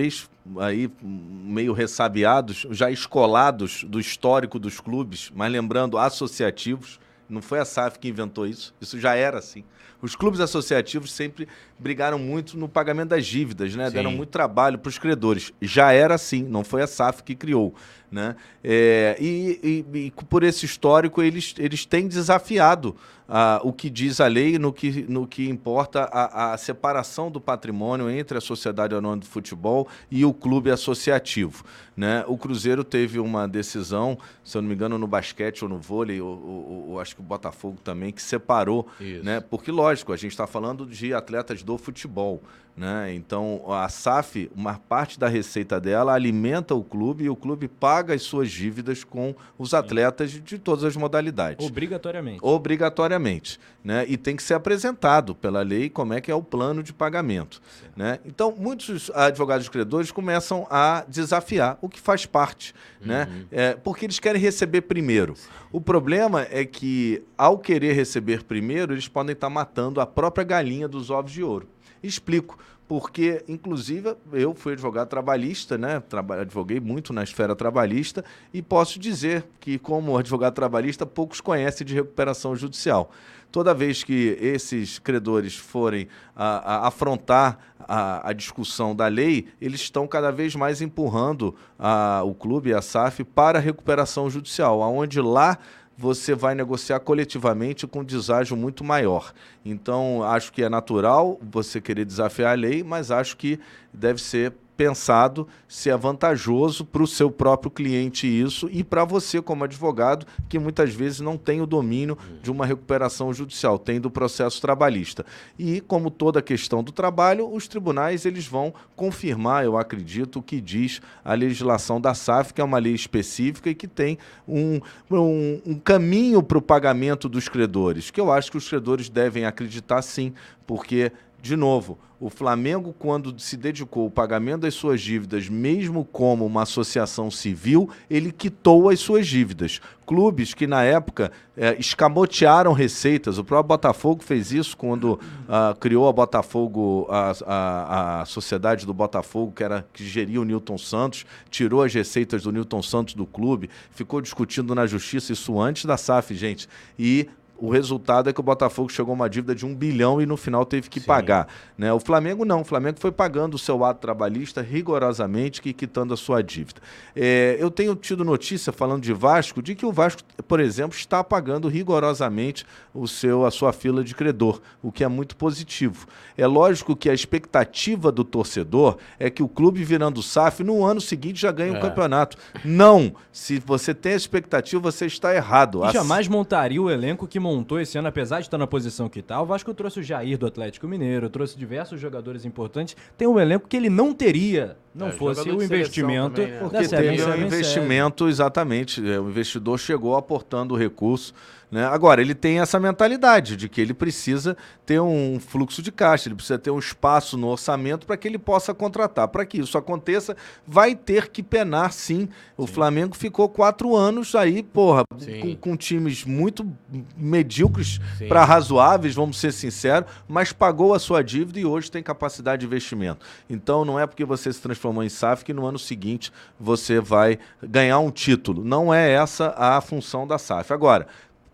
aí meio ressabiados, já escolados do histórico dos clubes, mas lembrando, associativos. Não foi a S A F que inventou isso, isso já era assim. Os clubes associativos sempre brigaram muito no pagamento das dívidas, né? Deram muito trabalho para os credores. Já era assim, não foi a S A F que criou. Né? É, e, e, e por esse histórico, eles, eles têm desafiado ah, o que diz a lei no que, no que importa a, a separação do patrimônio entre a Sociedade Anônima de Futebol e o clube associativo. Né? O Cruzeiro teve uma decisão, se eu não me engano, no basquete ou no vôlei, ou, ou, ou acho que o Botafogo também, que separou. Né? Porque, lógico, a gente está falando de atletas do futebol. Né? Então, a S A F, uma parte da receita dela alimenta o clube e o clube paga as suas dívidas com os atletas de, de todas as modalidades. Obrigatoriamente. Obrigatoriamente. Né? E tem que ser apresentado pela lei como é que é o plano de pagamento. Né? Então, muitos advogados credores começam a desafiar, o que faz parte, uhum. né? É, porque eles querem receber primeiro. O problema é que, ao querer receber primeiro, eles podem estar matando a própria galinha dos ovos de ouro. Explico, porque, inclusive, eu fui advogado trabalhista, né? Traba- advoguei muito na esfera trabalhista e posso dizer que, como advogado trabalhista, poucos conhecem de recuperação judicial. Toda vez que esses credores forem a, a, afrontar a, a discussão da lei, eles estão cada vez mais empurrando a, o clube e a S A F para a recuperação judicial, onde lá você vai negociar coletivamente com um deságio muito maior. Então, acho que é natural você querer desafiar a lei, mas acho que deve ser pensado se é vantajoso para o seu próprio cliente isso e para você como advogado, que muitas vezes não tem o domínio de uma recuperação judicial, tem do processo trabalhista. E, como toda questão do trabalho, os tribunais eles vão confirmar, eu acredito, o que diz a legislação da S A F, que é uma lei específica e que tem um, um, um caminho para o pagamento dos credores, que eu acho que os credores devem acreditar sim, porque, de novo, o Flamengo, quando se dedicou ao pagamento das suas dívidas, mesmo como uma associação civil, ele quitou as suas dívidas. Clubes que, na época, eh, escamotearam receitas. O próprio Botafogo fez isso quando ah, criou a Botafogo, a, a, a sociedade do Botafogo, que, era, que geria o Newton Santos, tirou as receitas do Newton Santos do clube, ficou discutindo na justiça isso antes da S A F, gente, e o resultado é que o Botafogo chegou a uma dívida de um bilhão e no final teve que Sim. pagar. Né? O Flamengo não, o Flamengo foi pagando o seu ato trabalhista rigorosamente e quitando a sua dívida. É, eu tenho tido notícia, falando de Vasco, de que o Vasco, por exemplo, está pagando rigorosamente o seu, a sua fila de credor, o que é muito positivo. É lógico que a expectativa do torcedor é que o clube, virando S A F, no ano seguinte já ganhe o é. um campeonato. Não! Se você tem a expectativa, você está errado. E jamais montaria o elenco que montou esse ano, apesar de estar na posição que está. O Vasco trouxe o Jair do Atlético Mineiro, trouxe diversos jogadores importantes. Tem um elenco que ele não teria, não é, fosse o investimento. Também, né? Porque teve um investimento, exatamente. O investidor chegou aportando o recurso. Né? Agora, ele tem essa mentalidade de que ele precisa ter um fluxo de caixa, ele precisa ter um espaço no orçamento para que ele possa contratar. Para que isso aconteça, vai ter que penar, sim. O sim. Flamengo ficou quatro anos aí, porra, com, com times muito medíocres para razoáveis, vamos ser sinceros, mas pagou a sua dívida e hoje tem capacidade de investimento. Então, não é porque você se transformou em S A F que no ano seguinte você vai ganhar um título. Não é essa a função da S A F. Agora,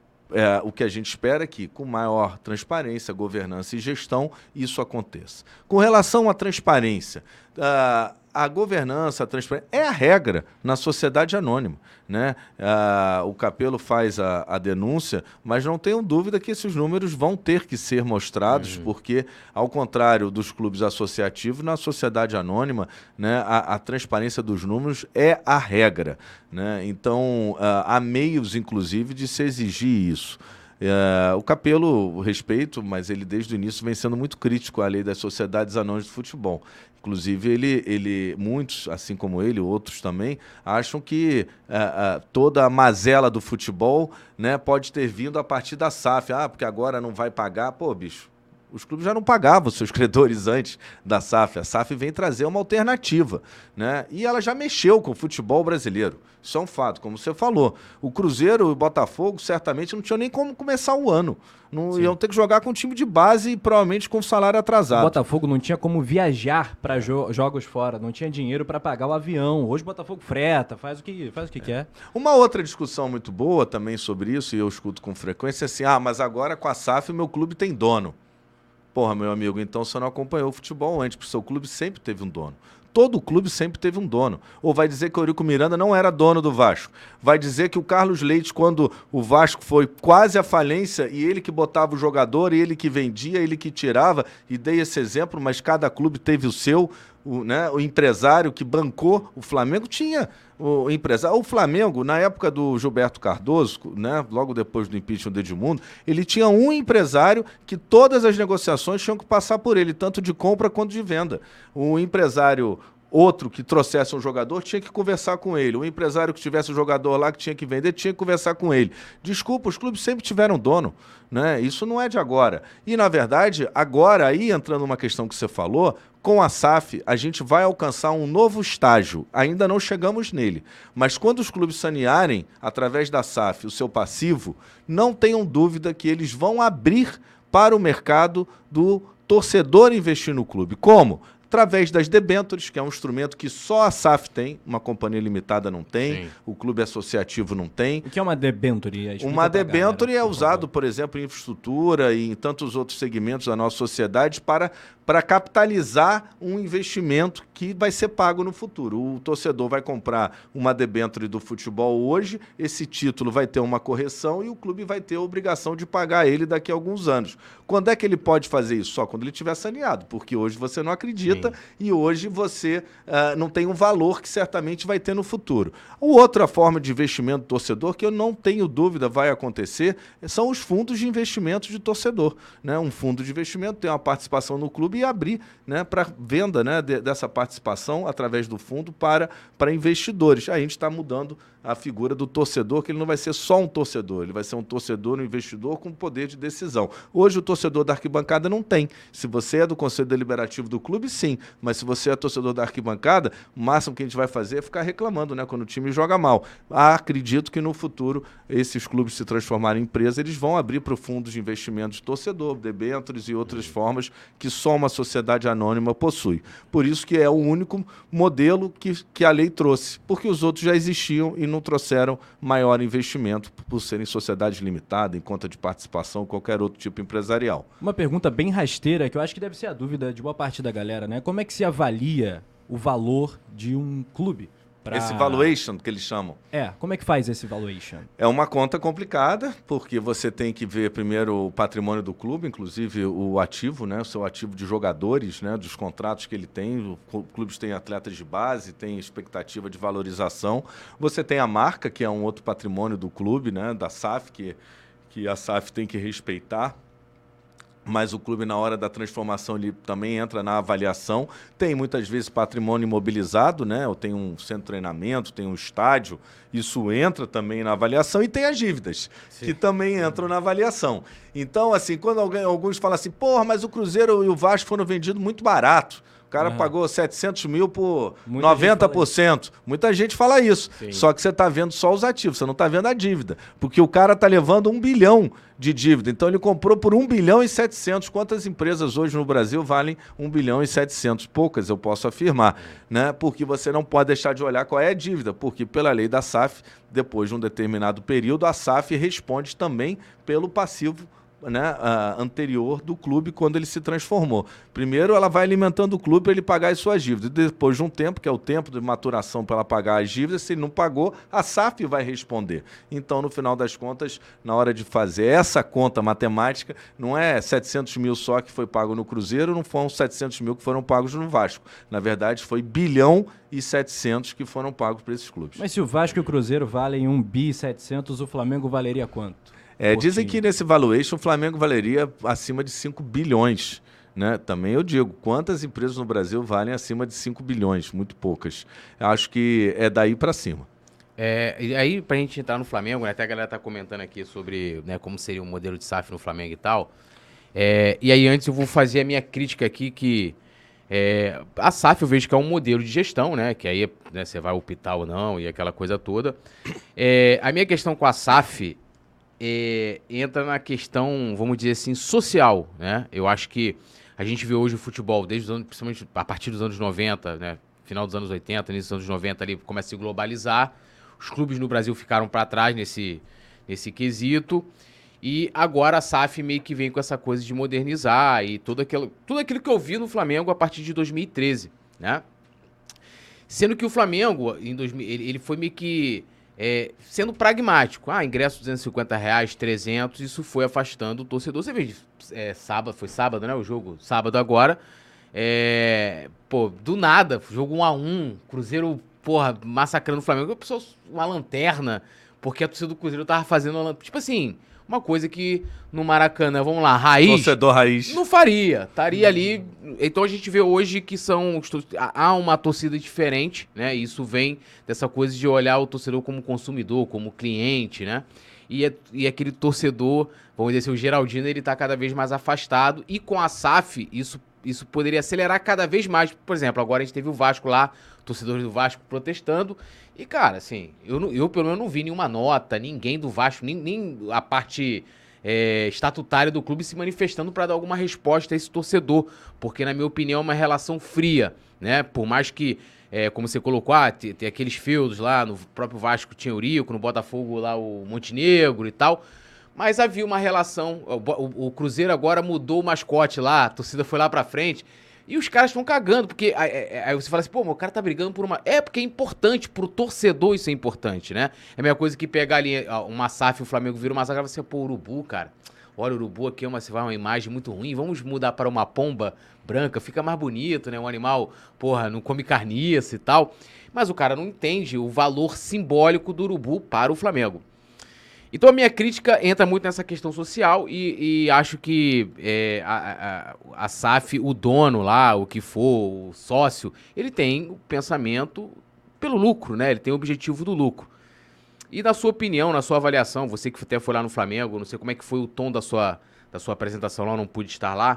É, o que a gente espera é que, com maior transparência, governança e gestão, isso aconteça. Com relação à transparência, uh, a governança, a transparência é a regra na sociedade anônima. Né? Uh, o Capello faz a, a denúncia, mas não tenho dúvida que esses números vão ter que ser mostrados, uhum. porque, ao contrário dos clubes associativos, na sociedade anônima, né, a, a transparência dos números é a regra. Né? Então, uh, há meios, inclusive, de se exigir isso. Uh, o Capello, respeito, mas ele desde o início vem sendo muito crítico à lei das sociedades anônimas de futebol. Inclusive, ele, ele, muitos, assim como ele, outros também, acham que uh, uh, toda a mazela do futebol, né, pode ter vindo a partir da S A F. Ah, porque agora não vai pagar. Pô, bicho, Os clubes já não pagavam seus credores antes da S A F. A S A F vem trazer uma alternativa, né? E ela já mexeu com o futebol brasileiro. Isso é um fato, como você falou. O Cruzeiro e o Botafogo certamente não tinham nem como começar o ano. Não Sim. iam ter que jogar com um time de base e provavelmente com salário atrasado. O Botafogo não tinha como viajar para jo jogos fora, não tinha dinheiro para pagar o avião. Hoje o Botafogo freta, faz o que, faz o que é. quer. Uma outra discussão muito boa também sobre isso, e eu escuto com frequência, é assim, ah, mas agora com a S A F o meu clube tem dono. Porra, meu amigo, então você não acompanhou o futebol antes, porque o seu clube sempre teve um dono. Todo clube sempre teve um dono. Ou vai dizer que o Eurico Miranda não era dono do Vasco. Vai dizer que o Carlos Leite, quando o Vasco foi quase à falência, e ele que botava o jogador, e ele que vendia, ele que tirava, e dei esse exemplo, mas cada clube teve o seu, o, né, o empresário que bancou. O Flamengo tinha o empresário. O Flamengo, na época do Gilberto Cardoso, né, logo depois do impeachment do Edmundo, ele tinha um empresário que todas as negociações tinham que passar por ele, tanto de compra quanto de venda. O empresário outro que trouxesse um jogador tinha que conversar com ele. O empresário que tivesse um jogador lá que tinha que vender tinha que conversar com ele. Desculpa, os clubes sempre tiveram dono, né? Isso não é de agora. E, na verdade, agora, aí entrando numa questão que você falou, com a S A F, a gente vai alcançar um novo estágio. Ainda não chegamos nele. Mas quando os clubes sanearem, através da S A F, o seu passivo, não tenham dúvida que eles vão abrir para o mercado do torcedor investir no clube. Como? Através das debêntures, que é um instrumento que só a S A F tem, uma companhia limitada não tem, Sim. o clube associativo não tem. O que é uma debênture? Uma debênture é usado, por exemplo, em infraestrutura e em tantos outros segmentos da nossa sociedade para, para capitalizar um investimento que vai ser pago no futuro. O torcedor vai comprar uma debênture do futebol hoje, esse título vai ter uma correção e o clube vai ter a obrigação de pagar ele daqui a alguns anos. Quando é que ele pode fazer isso? Só quando ele estiver saneado, porque hoje você não acredita Sim. e hoje você uh, não tem um valor que certamente vai ter no futuro. Outra forma de investimento do torcedor, que eu não tenho dúvida vai acontecer, são os fundos de investimento de torcedor. Né? Um fundo de investimento tem uma participação no clube e abrir, né, para venda, né, de, dessa participação através do fundo para, para investidores. Aí a gente está mudando a figura do torcedor, que ele não vai ser só um torcedor, ele vai ser um torcedor, um investidor com poder de decisão. Hoje o torcedor da arquibancada não tem. Se você é do Conselho Deliberativo do clube, sim, mas se você é torcedor da arquibancada, o máximo que a gente vai fazer é ficar reclamando, né, quando o time joga mal. Ah, acredito que no futuro esses clubes se transformarem em empresa, eles vão abrir para o fundo de investimento de torcedor, debêntures e outras formas que só uma sociedade anônima possui. Por isso que é o único modelo que, que a lei trouxe, porque os outros já existiam e não trouxeram maior investimento por serem sociedades limitadas, em conta de participação, qualquer outro tipo empresarial. Uma pergunta bem rasteira, que eu acho que deve ser a dúvida de boa parte da galera, né? Como é que se avalia o valor de um clube? Pra... Esse valuation que eles chamam. É, como é que faz esse valuation? É uma conta complicada, porque você tem que ver primeiro o patrimônio do clube, inclusive o ativo, né, o seu ativo de jogadores, né, dos contratos que ele tem. O clube tem atletas de base, tem expectativa de valorização. Você tem a marca, que é um outro patrimônio do clube, né, da S A F, que, que a S A F tem que respeitar. Mas o clube, na hora da transformação, ele também entra na avaliação. Tem, muitas vezes, patrimônio imobilizado, né? Ou tem um centro de treinamento, tem um estádio. Isso entra também na avaliação. E tem as dívidas, Sim. que também entram na avaliação. Então, assim, quando alguém, alguns falam assim, porra, mas o Cruzeiro e o Vasco foram vendidos muito barato. O cara uhum. pagou setecentos mil por Muita noventa por cento. Muita gente fala isso. Sim. Só que você está vendo só os ativos, você não está vendo a dívida. Porque o cara está levando um bilhão de dívida. Então ele comprou por um bilhão e setecentos. Quantas empresas hoje no Brasil valem um bilhão e setecentos? Poucas, eu posso afirmar. Né? Porque você não pode deixar de olhar qual é a dívida. Porque pela lei da S A F, depois de um determinado período, a S A F responde também pelo passivo, né, uh, anterior do clube quando ele se transformou. Primeiro ela vai alimentando o clube para ele pagar as suas dívidas. Depois de um tempo, que é o tempo de maturação para ela pagar as dívidas, se ele não pagou, a S A F vai responder. Então, no final das contas, na hora de fazer essa conta matemática, não é setecentos mil só que foi pago no Cruzeiro, não foram setecentos mil que foram pagos no Vasco. Na verdade, foi bilhão e setecentos que foram pagos para esses clubes. Mas se o Vasco e o Cruzeiro valem um bi e setecentos, o Flamengo valeria quanto? É, dizem que nesse valuation o Flamengo valeria acima de cinco bilhões. Né? Também eu digo, quantas empresas no Brasil valem acima de cinco bilhões? Muito poucas. Eu acho que é daí para cima. É, e aí, para a gente entrar no Flamengo, né, até a galera tá comentando aqui sobre, né, como seria o modelo de S A F no Flamengo e tal. É, e aí antes eu vou fazer a minha crítica aqui que é, a S A F eu vejo que é um modelo de gestão, né? Que aí né, você vai optar ou não e aquela coisa toda. É, a minha questão com a S A F é, entra na questão, vamos dizer assim, social, né? Eu acho que a gente vê hoje o futebol, desde os anos, principalmente a partir dos anos noventa, né? Final dos anos oitenta, início dos anos noventa ali, começa a se globalizar. Os clubes no Brasil ficaram para trás nesse, nesse quesito. E agora a S A F meio que vem com essa coisa de modernizar e tudo aquilo, tudo aquilo que eu vi no Flamengo a partir de dois mil e treze, né? Sendo que o Flamengo, em dois mil, ele, ele foi meio que é, sendo pragmático. Ah, ingresso duzentos e cinquenta reais, trezentos, isso foi afastando o torcedor. Você vê, é, sábado, foi sábado, né? O jogo, sábado agora. É, pô, do nada, jogo um a um, Cruzeiro, porra, massacrando o Flamengo. Pessoal, uma lanterna, porque a torcida do Cruzeiro tava fazendo uma lanterna. Tipo assim, uma coisa que no Maracanã, vamos lá, raiz... Torcedor raiz. Não faria, estaria ali... Então a gente vê hoje que são... Há uma torcida diferente, né? E isso vem dessa coisa de olhar o torcedor como consumidor, como cliente, né? E, é, e aquele torcedor, vamos dizer assim, o Geraldino, ele tá cada vez mais afastado. E com a S A F, isso, isso poderia acelerar cada vez mais. Por exemplo, agora a gente teve o Vasco lá, torcedores do Vasco protestando. E, cara, assim, eu, não, eu pelo menos não vi nenhuma nota, ninguém do Vasco, nem, nem a parte é, estatutária do clube se manifestando para dar alguma resposta a esse torcedor. Porque, na minha opinião, é uma relação fria, né? Por mais que, é, como você colocou, ah, tem, tem aqueles feudos lá, no próprio Vasco tinha Eurico, no Botafogo lá o Montenegro e tal. Mas havia uma relação, o, o, o Cruzeiro agora mudou o mascote lá, a torcida foi lá pra frente. E os caras estão cagando, porque aí, aí você fala assim, pô, mas o cara tá brigando por uma... É, porque é importante, pro torcedor isso é importante, né? É a mesma coisa que pegar ali uma S A F e o Flamengo vira uma zaga e você, assim, pô, Urubu, cara, olha o Urubu aqui, é uma, você vai uma imagem muito ruim, vamos mudar para uma pomba branca, fica mais bonito, né? Um animal, porra, não come carniça e tal. Mas o cara não entende o valor simbólico do Urubu para o Flamengo. Então a minha crítica entra muito nessa questão social e, e acho que é, a, a, a S A F, o dono lá, o que for, o sócio, ele tem o pensamento pelo lucro, né? Ele tem o objetivo do lucro. E na sua opinião, na sua avaliação, você que até foi lá no Flamengo, não sei como é que foi o tom da sua, da sua apresentação lá, eu não pude estar lá,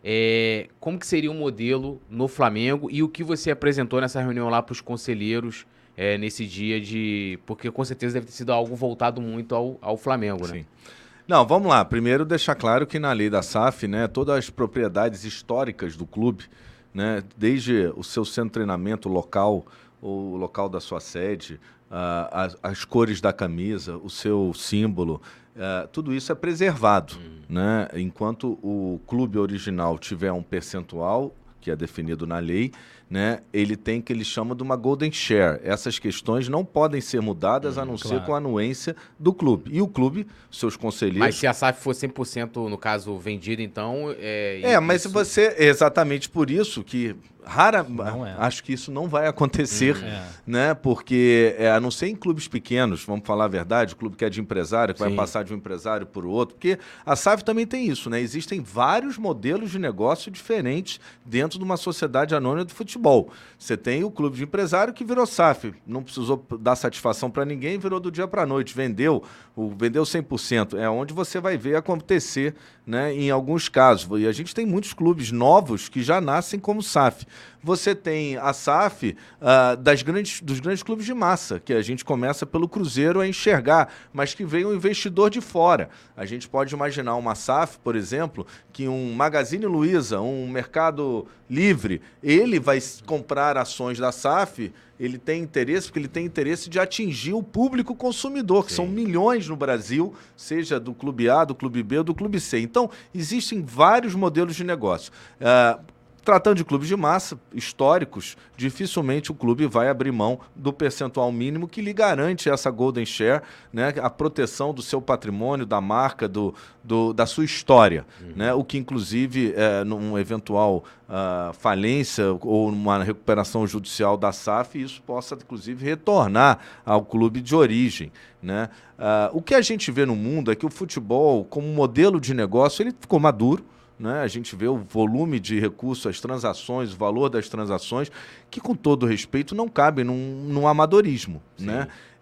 é, como que seria um modelo no Flamengo e o que você apresentou nessa reunião lá para os conselheiros É, nesse dia de... Porque com certeza deve ter sido algo voltado muito ao, ao Flamengo, né? Sim. Não, vamos lá. Primeiro deixar claro que na lei da S A F, né, todas as propriedades históricas do clube, né, desde o seu centro de treinamento local, o local da sua sede, uh, as, as cores da camisa, o seu símbolo, uh, tudo isso é preservado, hum. né? Enquanto o clube original tiver um percentual que é definido na lei, né, ele tem que ele chama de uma golden share. Essas questões não podem ser mudadas hum, a não claro. ser com a anuência do clube. E o clube, seus conselheiros... Mas se a S A F for cem por cento, no caso, vendida, então... É, é mas isso... se você... É exatamente por isso que... Rara, é. Acho que isso não vai acontecer, hum, é. né? Porque, é, a não ser em clubes pequenos, vamos falar a verdade, o clube que é de empresário, que Sim. vai passar de um empresário para o outro, porque a S A F também tem isso, né? Existem vários modelos de negócio diferentes dentro de uma sociedade anônima de futebol. Você tem o clube de empresário que virou S A F, não precisou dar satisfação para ninguém, virou do dia para a noite, vendeu, o, vendeu cem por cento. É onde você vai ver acontecer, né, em alguns casos. E a gente tem muitos clubes novos que já nascem como S A F. Você tem a S A F uh, das grandes, dos grandes clubes de massa, que a gente começa pelo Cruzeiro a enxergar, mas que vem um investidor de fora. A gente pode imaginar uma S A F, por exemplo, que um Magazine Luiza, um Mercado Livre, ele vai comprar ações da S A F, ele tem interesse, porque ele tem interesse de atingir o público consumidor, que Sim. são milhões no Brasil, seja do Clube A, do Clube B ou do Clube C. Então, existem vários modelos de negócio. Uh, Tratando de clubes de massa históricos, dificilmente o clube vai abrir mão do percentual mínimo que lhe garante essa golden share, né, a proteção do seu patrimônio, da marca, do, do, da sua história. Uhum. Né, o que, inclusive, é, num eventual uh, falência ou numa recuperação judicial da S A F, isso possa, inclusive, retornar ao clube de origem. Né? Uh, o que a gente vê no mundo é que o futebol, como modelo de negócio, ele ficou maduro. Né? A gente vê o volume de recursos, as transações, o valor das transações, que, com todo respeito, não cabe num, num amadorismo. Né?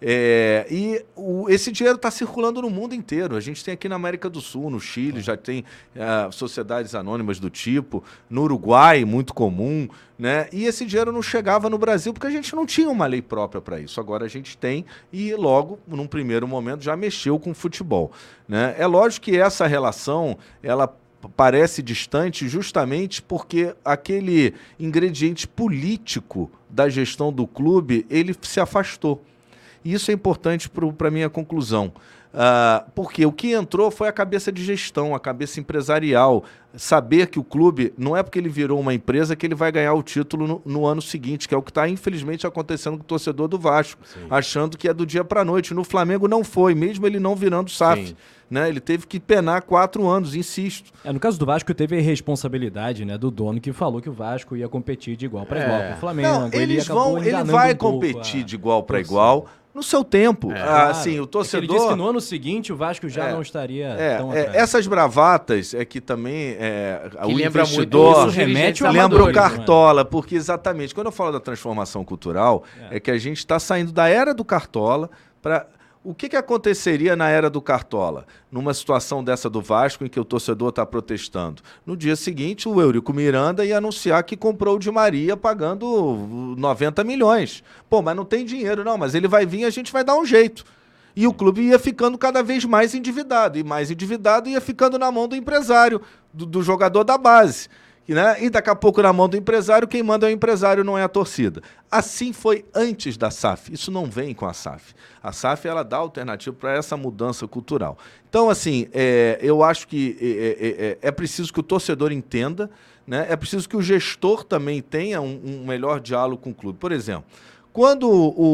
É, e o, esse dinheiro está circulando no mundo inteiro. A gente tem aqui na América do Sul, no Chile, já tem uh, sociedades anônimas do tipo, no Uruguai, muito comum, né? E esse dinheiro não chegava no Brasil porque a gente não tinha uma lei própria para isso. Agora a gente tem e logo, num primeiro momento, já mexeu com o futebol, né? É lógico que essa relação, ela parece distante justamente porque aquele ingrediente político da gestão do clube, ele se afastou. E isso é importante para a minha conclusão. Uh, porque o que entrou foi a cabeça de gestão, a cabeça empresarial. Saber que o clube, não é porque ele virou uma empresa que ele vai ganhar o título no, no ano seguinte, que é o que está, infelizmente, acontecendo com o torcedor do Vasco, Sim. achando que é do dia para a noite. No Flamengo não foi, mesmo ele não virando S A F. Né? Ele teve que penar quatro anos, insisto. É, no caso do Vasco, teve a responsabilidade, né, do dono que falou que o Vasco ia competir de igual para é. igual com o Flamengo. Não, ele, eles vão, ele vai um competir de igual para igual no seu tempo. É, ah, claro. Assim, o torcedor... É ele disse que no ano seguinte o Vasco já é, não estaria é, tão é, atrás. Essas bravatas é que também é, que o lembra investidor muito isso remete lembra o Cartola, porque exatamente, quando eu falo da transformação cultural, é, é que a gente está saindo da era do Cartola para... O que, que aconteceria na era do Cartola? Numa situação dessa do Vasco, em que o torcedor está protestando? No dia seguinte, o Eurico Miranda ia anunciar que comprou o Di Maria pagando noventa milhões. Pô, mas não tem dinheiro, não, mas ele vai vir e a gente vai dar um jeito. E o clube ia ficando cada vez mais endividado, e mais endividado ia ficando na mão do empresário, do, do jogador da base. Né? E daqui a pouco na mão do empresário, quem manda é o empresário, não é a torcida. Assim foi antes da S A F, isso não vem com a S A F. A S A F ela dá alternativa para essa mudança cultural. Então, assim, é, eu acho que é, é, é preciso que o torcedor entenda, né? É preciso que o gestor também tenha um, um melhor diálogo com o clube. Por exemplo, quando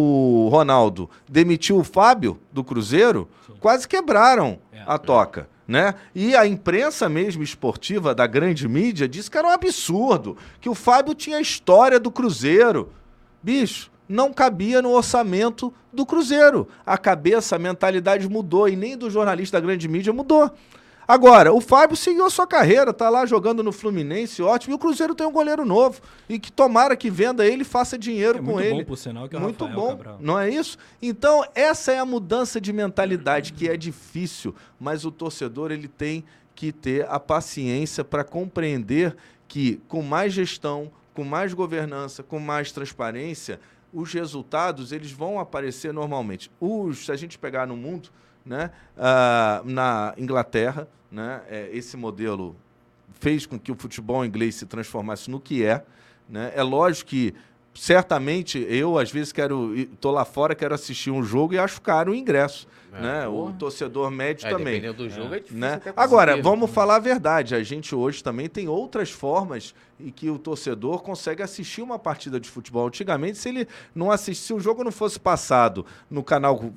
o Ronaldo demitiu o Fábio do Cruzeiro, Sim. quase quebraram é, a toca. Né? E a imprensa mesmo esportiva da grande mídia disse que era um absurdo, que o Fábio tinha a história do Cruzeiro. Bicho, não cabia no orçamento do Cruzeiro. A cabeça, a mentalidade mudou e nem do jornalista da grande mídia mudou. Agora, o Fábio seguiu a sua carreira, tá lá jogando no Fluminense, ótimo, e o Cruzeiro tem um goleiro novo, e que tomara que venda ele e faça dinheiro é com ele. Muito bom, por sinal, que é o Muito Rafael bom, Cabral. Não é isso? Então, essa é a mudança de mentalidade, que é difícil, mas o torcedor ele tem que ter a paciência para compreender que com mais gestão, com mais governança, com mais transparência, os resultados eles vão aparecer normalmente. Os, se a gente pegar no mundo, né, uh, na Inglaterra, né, é, esse modelo fez com que o futebol inglês se transformasse no que é. Né? É lógico que, certamente, eu, às vezes, quero estou lá fora, quero assistir um jogo e acho caro o ingresso. É, né? O torcedor médio é, também. Dependendo do jogo, é, é difícil. Né? Agora, vamos falar a verdade. A gente hoje também tem outras formas em que o torcedor consegue assistir uma partida de futebol. Antigamente, se ele não assistir, se o jogo não fosse passado no canal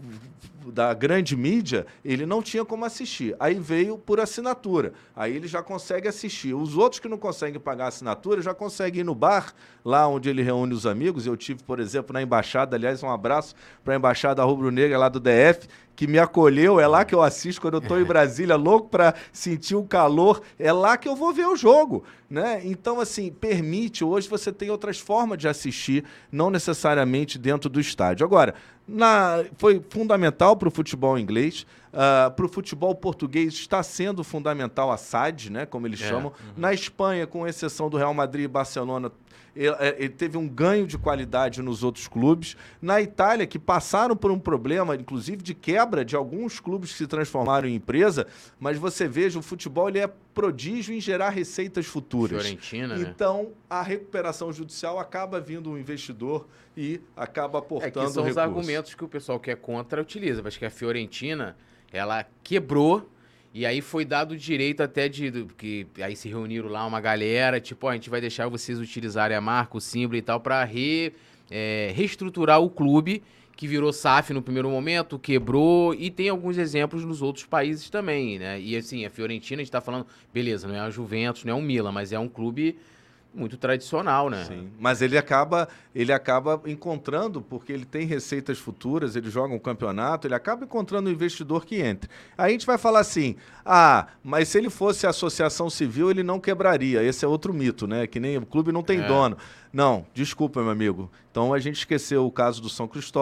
da grande mídia, ele não tinha como assistir. Aí veio por assinatura. Aí ele já consegue assistir. Os outros que não conseguem pagar a assinatura já conseguem ir no bar, lá onde ele reúne os amigos. Eu tive, por exemplo, na Embaixada, aliás, um abraço para a Embaixada Rubro-Negra lá do D F, que me acolheu. É lá que eu assisto quando eu estou em Brasília, louco para sentir o calor. É lá que eu vou ver o jogo. Né? Então, assim, permite. Hoje você tem outras formas de assistir, não necessariamente dentro do estádio. Agora, na, foi fundamental para o futebol inglês, uh, para o futebol português está sendo fundamental a S A D, né, como eles é, chamam. Uhum. Na Espanha, com exceção do Real Madrid e Barcelona, ele, ele teve um ganho de qualidade nos outros clubes. Na Itália, que passaram por um problema, inclusive, de quebra de alguns clubes que se transformaram em empresa, mas você veja, o futebol ele é prodígio em gerar receitas futuras. Fiorentina, né? Então, a recuperação judicial acaba vindo um investidor e acaba aportando é que são recurso. Os argumentos que o pessoal que é contra utiliza. Acho que a Fiorentina, ela quebrou e aí foi dado o direito até de... que aí se reuniram lá uma galera, tipo, ó, a gente vai deixar vocês utilizarem a marca, o símbolo e tal, para re, é, reestruturar o clube, que virou S A F no primeiro momento, quebrou, e tem alguns exemplos nos outros países também, né? E assim, a Fiorentina, a gente tá falando, beleza, não é a Juventus, não é um Milan, mas é um clube muito tradicional, né? Sim, mas ele acaba, ele acaba encontrando, porque ele tem receitas futuras, ele joga um campeonato, ele acaba encontrando um investidor que entre. Aí a gente vai falar assim, ah, mas se ele fosse associação civil, ele não quebraria. Esse é outro mito, né? Que nem o clube não tem é. dono. Não, desculpa, meu amigo. Então a gente esqueceu o caso do São Cristóvão.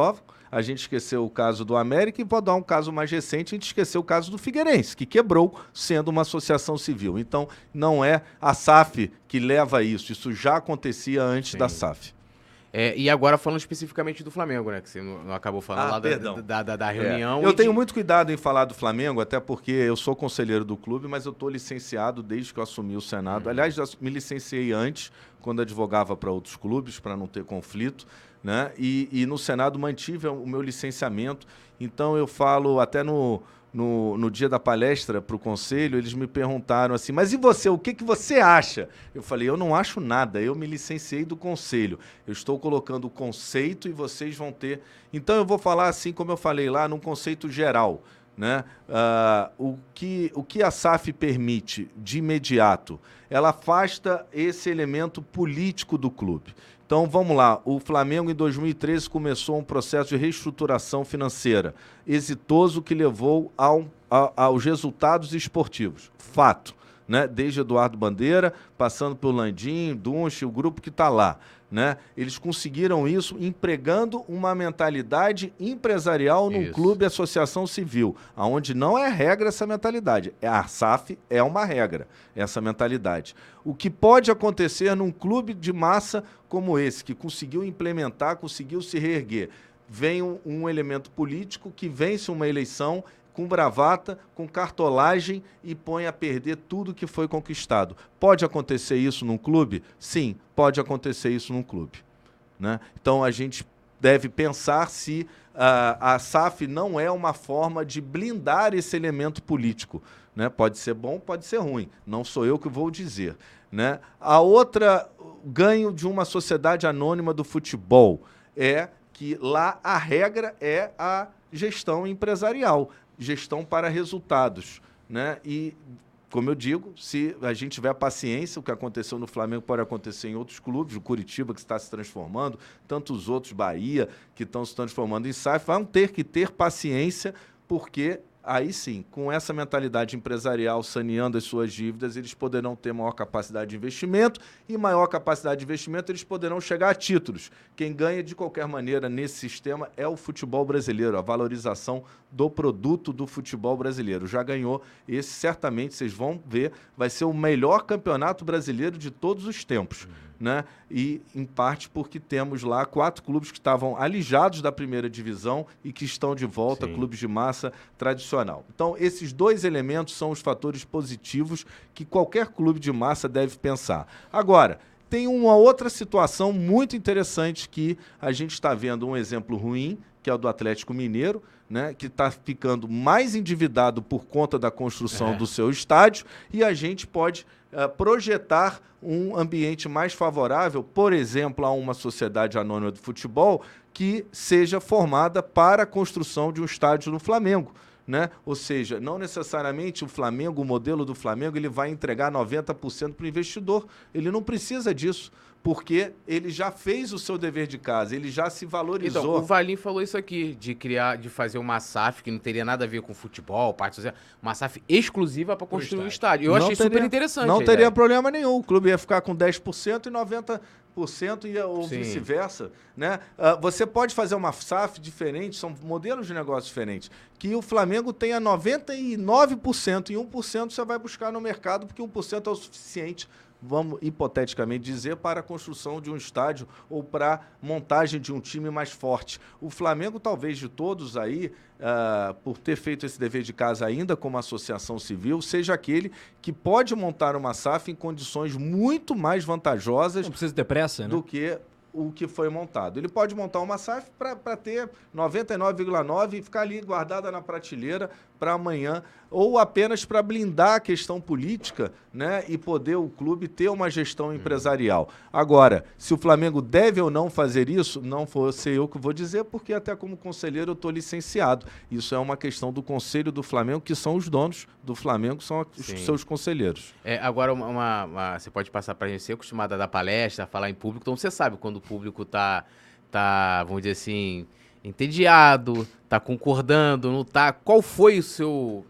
a gente esqueceu o caso do América e vou dar um caso mais recente, a gente esqueceu o caso do Figueirense, que quebrou sendo uma associação civil. Então, não é a S A F que leva isso, isso já acontecia antes Sim. da S A F. É, e agora falando especificamente do Flamengo, né? Que você não, não acabou falando ah, lá da, da, da, da reunião. É. Eu tenho de... muito cuidado em falar do Flamengo, até porque eu sou conselheiro do clube, mas eu estou licenciado desde que eu assumi o Senado. Uhum. Aliás, já me licenciei antes, quando advogava para outros clubes, para não ter conflito, né? E, e no Senado mantive o meu licenciamento. Então eu falo até no... No, no dia da palestra para o conselho, eles me perguntaram assim, mas e você, o que, que você acha? Eu falei, eu não acho nada, eu me licenciei do conselho, eu estou colocando o conceito e vocês vão ter... Então eu vou falar assim como eu falei lá, num conceito geral, né? Uh, o, que, o que a S A F permite de imediato, ela afasta esse elemento político do clube. Então, vamos lá, o Flamengo em dois mil e treze começou um processo de reestruturação financeira exitoso que levou ao, a, aos resultados esportivos. Fato, né? Desde Eduardo Bandeira, passando pelo Landim, Dunche, o grupo que está lá. Né? Eles conseguiram isso empregando uma mentalidade empresarial num isso. clube associação civil, onde não é regra essa mentalidade. A S A F é uma regra, essa mentalidade. O que pode acontecer num clube de massa como esse, que conseguiu implementar, conseguiu se reerguer? Vem um, um elemento político que vence uma eleição com bravata, com cartolagem e põe a perder tudo que foi conquistado. Pode acontecer isso num clube? Sim, pode acontecer isso num clube. Né? Então, a gente deve pensar se uh, a S A F não é uma forma de blindar esse elemento político. Né? Pode ser bom, pode ser ruim. Não sou eu que vou dizer. Né? A outra ganho de uma sociedade anônima do futebol é que lá a regra é a gestão empresarial. Gestão para resultados, né? E, como eu digo, se a gente tiver paciência, o que aconteceu no Flamengo pode acontecer em outros clubes, o Curitiba que está se transformando, tantos outros, Bahia, que estão se transformando em S A F, vão ter que ter paciência, porque aí sim, com essa mentalidade empresarial saneando as suas dívidas, eles poderão ter maior capacidade de investimento e maior capacidade de investimento eles poderão chegar a títulos. Quem ganha de qualquer maneira nesse sistema é o futebol brasileiro, a valorização do produto do futebol brasileiro. Já ganhou esse, certamente, vocês vão ver, vai ser o melhor campeonato brasileiro de todos os tempos. Uhum. Né? E, em parte, porque temos lá quatro clubes que estavam alijados da primeira divisão e que estão de volta, Sim. clubes de massa tradicional. Então, esses dois elementos são os fatores positivos que qualquer clube de massa deve pensar. Agora, tem uma outra situação muito interessante que a gente está vendo um exemplo ruim, que é o do Atlético Mineiro, né, que está ficando mais endividado por conta da construção é. do seu estádio, e a gente pode uh, projetar um ambiente mais favorável, por exemplo, a uma sociedade anônima do futebol que seja formada para a construção de um estádio no Flamengo. Né? Ou seja, não necessariamente o Flamengo, o modelo do Flamengo, ele vai entregar noventa por cento para o investidor. Ele não precisa disso, porque ele já fez o seu dever de casa, ele já se valorizou. Então, o Valim falou isso aqui, de criar, de fazer uma S A F que não teria nada a ver com futebol, parte social, uma S A F exclusiva para construir um estádio. Eu não achei teria, super interessante. Não teria ideia. problema nenhum. O clube ia ficar com dez por cento e noventa por cento por cento ia, ou Sim. vice-versa, né? Uh, você pode fazer uma S A F diferente, são modelos de negócio diferentes, que o Flamengo tenha noventa e nove por cento e um por cento você vai buscar no mercado, porque um por cento é o suficiente, vamos hipoteticamente dizer, para a construção de um estádio ou para a montagem de um time mais forte. O Flamengo, talvez de todos aí, uh, por ter feito esse dever de casa ainda como associação civil, seja aquele que pode montar uma S A F em condições muito mais vantajosas Não precisa ter pressa, né? do que o que foi montado. Ele pode montar uma S A F para ter noventa e nove vírgula nove e ficar ali guardada na prateleira para amanhã, ou apenas para blindar a questão política, né, e poder o clube ter uma gestão empresarial. Agora, se o Flamengo deve ou não fazer isso, não vou ser eu que vou dizer, porque até como conselheiro eu estou licenciado. Isso é uma questão do Conselho do Flamengo, que são os donos do Flamengo, são os Sim. seus conselheiros. É, agora, uma, uma, uma, você pode passar para a gente, você é acostumado a dar palestra, a falar em público, então você sabe quando o público está, tá, vamos dizer assim, entediado, está concordando, não está. Qual foi o seu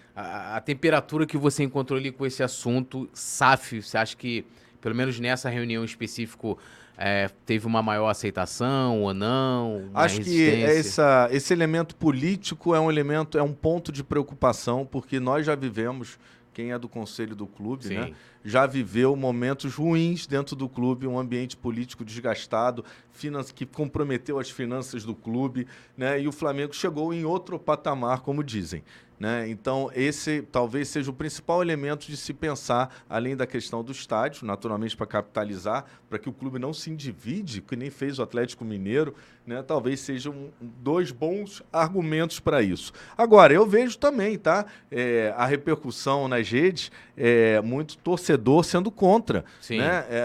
a, a temperatura que você encontrou ali com esse assunto S A F? Você acha que, pelo menos nessa reunião em específico, é, teve uma maior aceitação ou não? Uma Acho que essa, esse elemento político é um elemento, é um ponto de preocupação, porque nós já vivemos, quem é do conselho do clube, Sim. né, já viveu momentos ruins dentro do clube, um ambiente político desgastado, que comprometeu as finanças do clube, né, e o Flamengo chegou em outro patamar, como dizem. Né? Então, esse talvez seja o principal elemento de se pensar, além da questão do estádio, naturalmente para capitalizar, para que o clube não se endivide, que nem fez o Atlético Mineiro, né? Talvez sejam dois bons argumentos para isso. Agora, eu vejo também, tá? É, a repercussão nas redes, é, muito torcedor sendo contra. Sim. Né? É,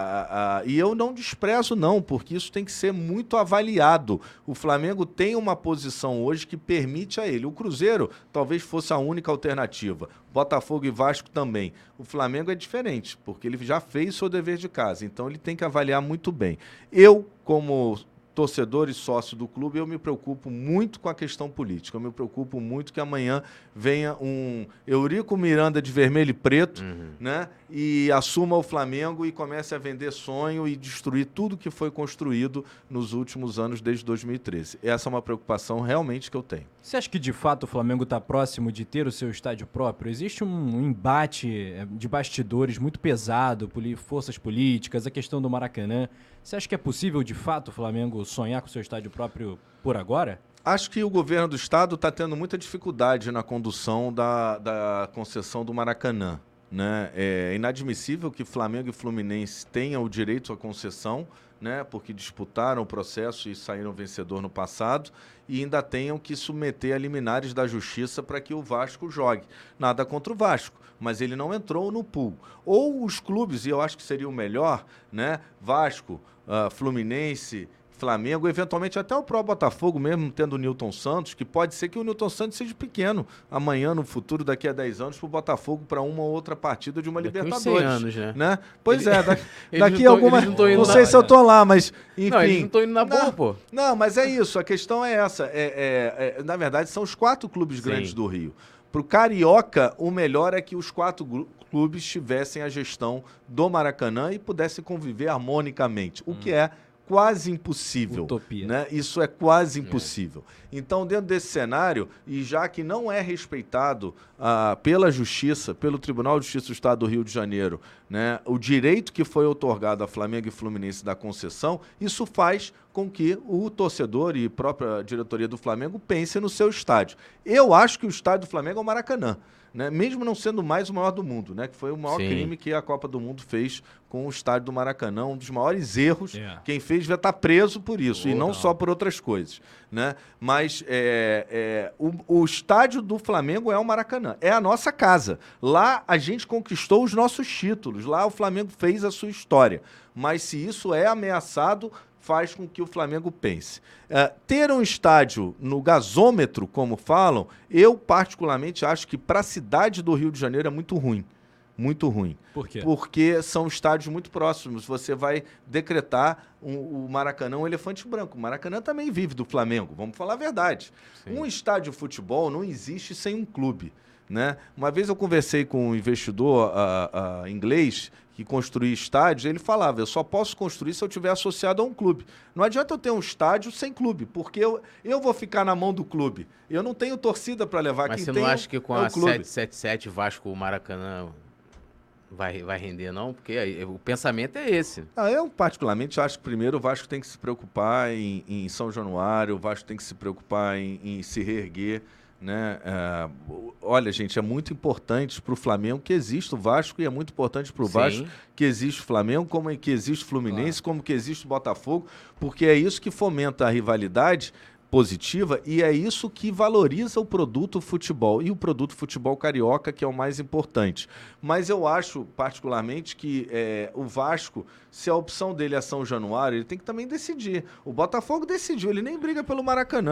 a, a, e eu não desprezo, não, porque isso tem que ser muito avaliado. O Flamengo tem uma posição hoje que permite a ele. O Cruzeiro talvez fosse a única alternativa. Botafogo e Vasco também. O Flamengo é diferente, porque ele já fez seu dever de casa, então ele tem que avaliar muito bem. Eu, como torcedor e sócio do clube, eu me preocupo muito com a questão política. Eu me preocupo muito que amanhã venha um Eurico Miranda de vermelho e preto, uhum. né, e assuma o Flamengo e comece a vender sonho e destruir tudo que foi construído nos últimos anos, desde dois mil e treze. Essa é uma preocupação realmente que eu tenho. Você acha que, de fato, o Flamengo está próximo de ter o seu estádio próprio? Existe um embate de bastidores muito pesado, forças políticas, a questão do Maracanã. Você acha que é possível, de fato, o Flamengo sonhar com o seu estádio próprio por agora? Acho que o governo do estado está tendo muita dificuldade na condução da, da concessão do Maracanã. Né? É inadmissível que Flamengo e Fluminense tenham o direito à concessão, né? Porque disputaram o processo e saíram vencedor no passado, e ainda tenham que submeter a liminares da justiça para que o Vasco jogue. Nada contra o Vasco, mas ele não entrou no pool. Ou os clubes, e eu acho que seria o melhor, né? Vasco, uh, Fluminense, Flamengo, eventualmente até o próprio Botafogo, mesmo tendo o Nilton Santos, que pode ser que o Nilton Santos seja pequeno amanhã, no futuro, daqui a dez anos, para o Botafogo, para uma ou outra partida de uma daqui Libertadores. cem anos, né? né? Pois Ele... é, daqui, daqui a alguma... Não, não, não sei na... se eu tô lá, mas enfim... Não, eles não estão indo na boa, não, pô. Não, mas é isso, a questão é essa. É, é, é, na verdade, são os quatro clubes Sim. grandes do Rio. Para o Carioca, o melhor é que os quatro clubes tivessem a gestão do Maracanã e pudessem conviver harmonicamente, o hum. que é quase impossível. Utopia. Né? Isso é quase impossível. É. Então, dentro desse cenário, e já que não é respeitado ah, pela Justiça, pelo Tribunal de Justiça do Estado do Rio de Janeiro, né, o direito que foi otorgado a Flamengo e Fluminense da concessão, isso faz com que o torcedor e a própria diretoria do Flamengo pense no seu estádio. Eu acho que o estádio do Flamengo é o Maracanã. Né? Mesmo não sendo mais o maior do mundo, né? Que foi o maior Sim. crime que a Copa do Mundo fez com o estádio do Maracanã, um dos maiores erros. Yeah. Quem fez vai estar preso por isso, oh, e não, não só por outras coisas. Né? Mas é, é, o, o estádio do Flamengo é o Maracanã, é a nossa casa. Lá a gente conquistou os nossos títulos, lá o Flamengo fez a sua história. Mas se isso é ameaçado, faz com que o Flamengo pense. Uh, ter um estádio no gasômetro, como falam, eu particularmente acho que para a cidade do Rio de Janeiro é muito ruim. Muito ruim. Por quê? Porque são estádios muito próximos. Você vai decretar um, o Maracanã um elefante branco. O Maracanã também vive do Flamengo, vamos falar a verdade. Sim. Um estádio de futebol não existe sem um clube. Né? Uma vez eu conversei com um investidor uh, uh, inglês que construía estádios, ele falava, eu só posso construir se eu estiver associado a um clube. Não adianta eu ter um estádio sem clube, porque eu, eu vou ficar na mão do clube. Eu não tenho torcida para levar. Mas quem você tem não acha que com é a sete sete sete Vasco o Maracanã vai, vai render, não? Porque aí, o pensamento é esse. Ah, eu, particularmente, acho que primeiro o Vasco tem que se preocupar em, em São Januário, o Vasco tem que se preocupar em, em se reerguer. Né? Uh, olha, gente, é muito importante para o Flamengo que exista o Vasco e é muito importante para o Vasco que existe o Flamengo, como que existe o Fluminense, claro. Como que existe o Botafogo, porque é isso que fomenta a rivalidade positiva e é isso que valoriza o produto futebol e o produto futebol carioca, que é o mais importante. Mas eu acho, particularmente, que é, o Vasco, se a opção dele é São Januário, ele tem que também decidir. O Botafogo decidiu, ele nem briga pelo Maracanã.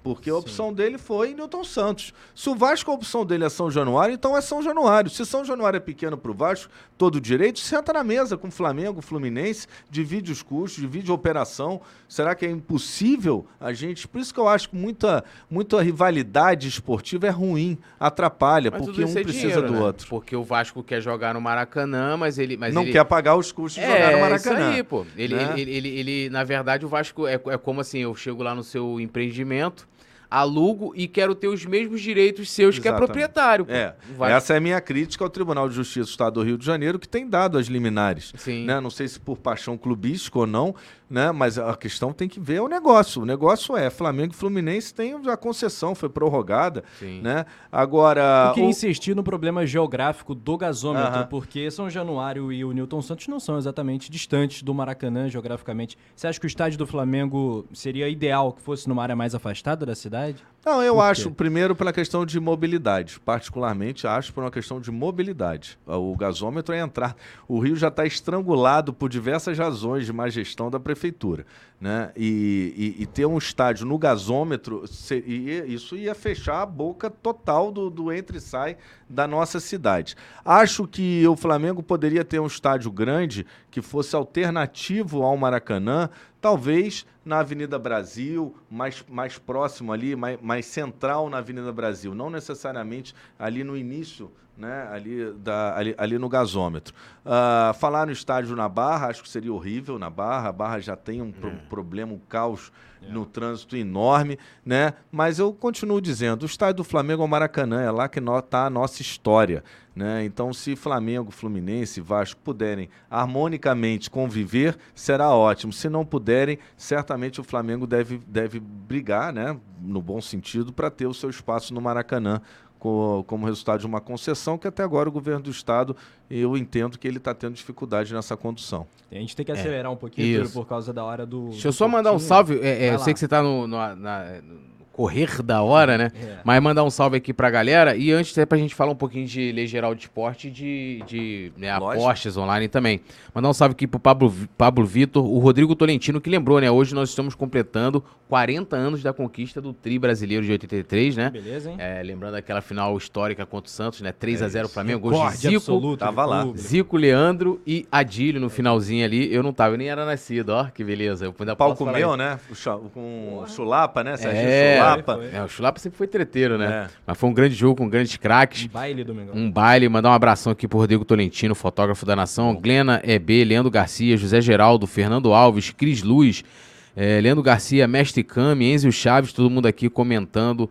Porque a opção Sim. dele foi Newton Santos. Se o Vasco, a opção dele é São Januário, então é São Januário. Se São Januário é pequeno para o Vasco, todo direito, senta na mesa com o Flamengo, Fluminense, divide os custos, divide a operação. Será que é impossível a gente... Por isso que eu acho que muita, muita rivalidade esportiva é ruim, atrapalha, mas porque um é precisa dinheiro, do né? outro. Porque o Vasco quer jogar no Maracanã, mas ele... Mas não ele... quer pagar os custos de é, jogar no Maracanã. É isso aí, pô. Ele, né? ele, ele, ele, ele, na verdade, o Vasco é, é como assim, eu chego lá no seu empreendimento, alugo e quero ter os mesmos direitos seus Exatamente. Que é proprietário. Pô. É, essa é a minha crítica ao Tribunal de Justiça do Estado do Rio de Janeiro, que tem dado as liminares. Sim. Né? Não sei se por paixão clubística ou não, né? Mas a questão tem que ver o negócio. O negócio é, Flamengo e Fluminense tem a concessão, foi prorrogada. Sim. Né? Agora... Eu queria o... insistir no problema geográfico do gasômetro, uh-huh. porque São Januário e o Newton Santos não são exatamente distantes do Maracanã geograficamente. Você acha que o estádio do Flamengo seria ideal que fosse numa área mais afastada da cidade? Não, eu acho, primeiro, pela questão de mobilidade. Particularmente, acho por uma questão de mobilidade. O gasômetro é entrar. O Rio já está estrangulado por diversas razões de má gestão da prefeitura. Né? E, e, e ter um estádio no gasômetro, seria, isso ia fechar a boca total do, do entra e sai da nossa cidade. Acho que o Flamengo poderia ter um estádio grande que fosse alternativo ao Maracanã, talvez na Avenida Brasil, mais, mais próximo ali, mais, mais central na Avenida Brasil, não necessariamente ali no início, né, ali, da, ali, ali no gasômetro. Uh, falar no estádio na Barra, acho que seria horrível na Barra, a Barra já tem um pro, é. problema, um caos é. no trânsito enorme, né? Mas eu continuo dizendo, o estádio do Flamengo é o Maracanã, é lá que está a nossa história. Né? Então, se Flamengo, Fluminense e Vasco puderem harmonicamente conviver, será ótimo. Se não puderem, certamente o Flamengo deve, deve brigar, né, no bom sentido, para ter o seu espaço no Maracanã, co como resultado de uma concessão que até agora o governo do estado, eu entendo que ele está tendo dificuldade nessa condução. A gente tem que acelerar é. um pouquinho por causa da hora do... Deixa eu do só mandar um salve, é, é, eu sei que você está no... no na, no correr da hora, né? É. Mas mandar um salve aqui pra galera. E antes, até pra gente falar um pouquinho de Lei Geral de Esporte e de, de né, apostas online também. Mandar um salve aqui pro Pablo, Pablo Vitor, o Rodrigo Tolentino, que lembrou, né? Hoje nós estamos completando quarenta anos da conquista do Tri brasileiro de oitenta e três, né? Beleza, hein? É, lembrando aquela final histórica contra o Santos, né? três a zero é Flamengo. Gols de Zico, tava lá. Zico, Leandro e Adílio no finalzinho ali. Eu não tava, eu nem era nascido, ó. Que beleza. Eu ainda Palco meu, né? Com o Chulapa, né? Serginho é, Chulapa. É, o Chulapa sempre foi treteiro, né? É. Mas foi um grande jogo com grandes craques. Um baile, Domingão. Um baile. Mandar um abração aqui pro Rodrigo Tolentino, fotógrafo da Nação. Bom. Glena E B, Leandro Garcia, José Geraldo, Fernando Alves, Cris Luz, é, Leandro Garcia, Mestre Cami, Enzio Chaves, todo mundo aqui comentando,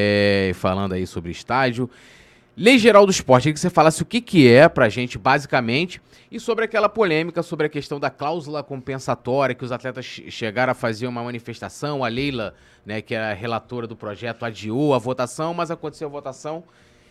é, falando aí sobre estádio. Lei Geral do Esporte, queria que você falasse o que, que é pra gente, basicamente, e sobre aquela polêmica sobre a questão da cláusula compensatória, que os atletas chegaram a fazer uma manifestação, a Leila, né, que é a relatora do projeto, adiou a votação, mas aconteceu a votação.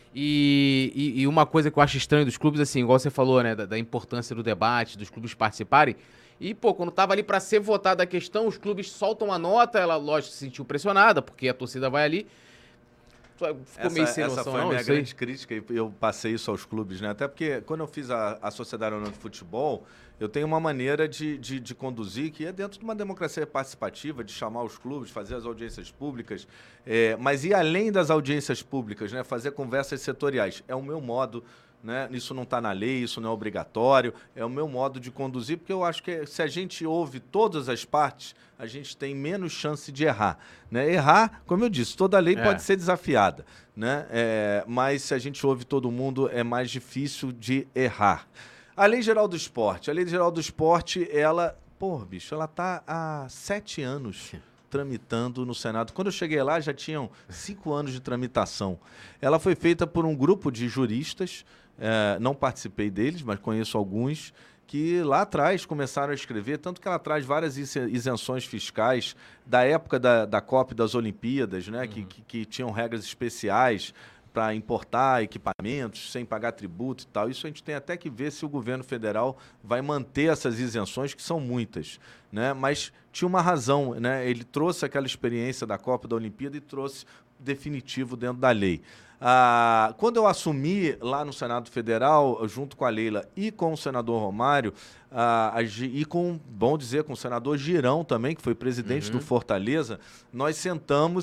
E, e, e uma coisa que eu acho estranho dos clubes, assim, igual você falou, né, da, da importância do debate, dos clubes participarem, e, pô, quando tava ali pra ser votada a questão, os clubes soltam a nota, ela, lógico, se sentiu pressionada, porque a torcida vai ali. Ficou essa, meio sem essa noção, foi não, a minha isso aí? grande crítica e eu passei isso aos clubes, né? Até porque quando eu fiz a, a Sociedade Anônima de Futebol, eu tenho uma maneira de, de, de conduzir que é dentro de uma democracia participativa, de chamar os clubes, fazer as audiências públicas, é, mas ir além das audiências públicas, né? Fazer conversas setoriais. É o meu modo, né? Isso não está na lei, isso não é obrigatório, é o meu modo de conduzir, porque eu acho que se a gente ouve todas as partes, a gente tem menos chance de errar. Né? Errar, como eu disse, toda lei é. pode ser desafiada, né? É, mas se a gente ouve todo mundo, é mais difícil de errar. A Lei Geral do Esporte. A Lei Geral do Esporte, ela, pô, bicho, ela está há sete anos tramitando no Senado. Quando eu cheguei lá, já tinham cinco anos de tramitação. Ela foi feita por um grupo de juristas, é, não participei deles, mas conheço alguns, que lá atrás começaram a escrever, tanto que ela traz várias isenções fiscais da época da, da COP das Olimpíadas, né, uhum. que, que, que tinham regras especiais para importar equipamentos sem pagar tributo e tal. Isso a gente tem até que ver se o governo federal vai manter essas isenções, que são muitas, né? Mas tinha uma razão, né? Ele trouxe aquela experiência da Copa da Olimpíada e trouxe definitivo dentro da lei. Ah, quando eu assumi lá no Senado Federal, junto com a Leila e com o senador Romário, ah, e com, bom dizer, com o senador Girão também, que foi presidente uhum. do Fortaleza, nós sentamos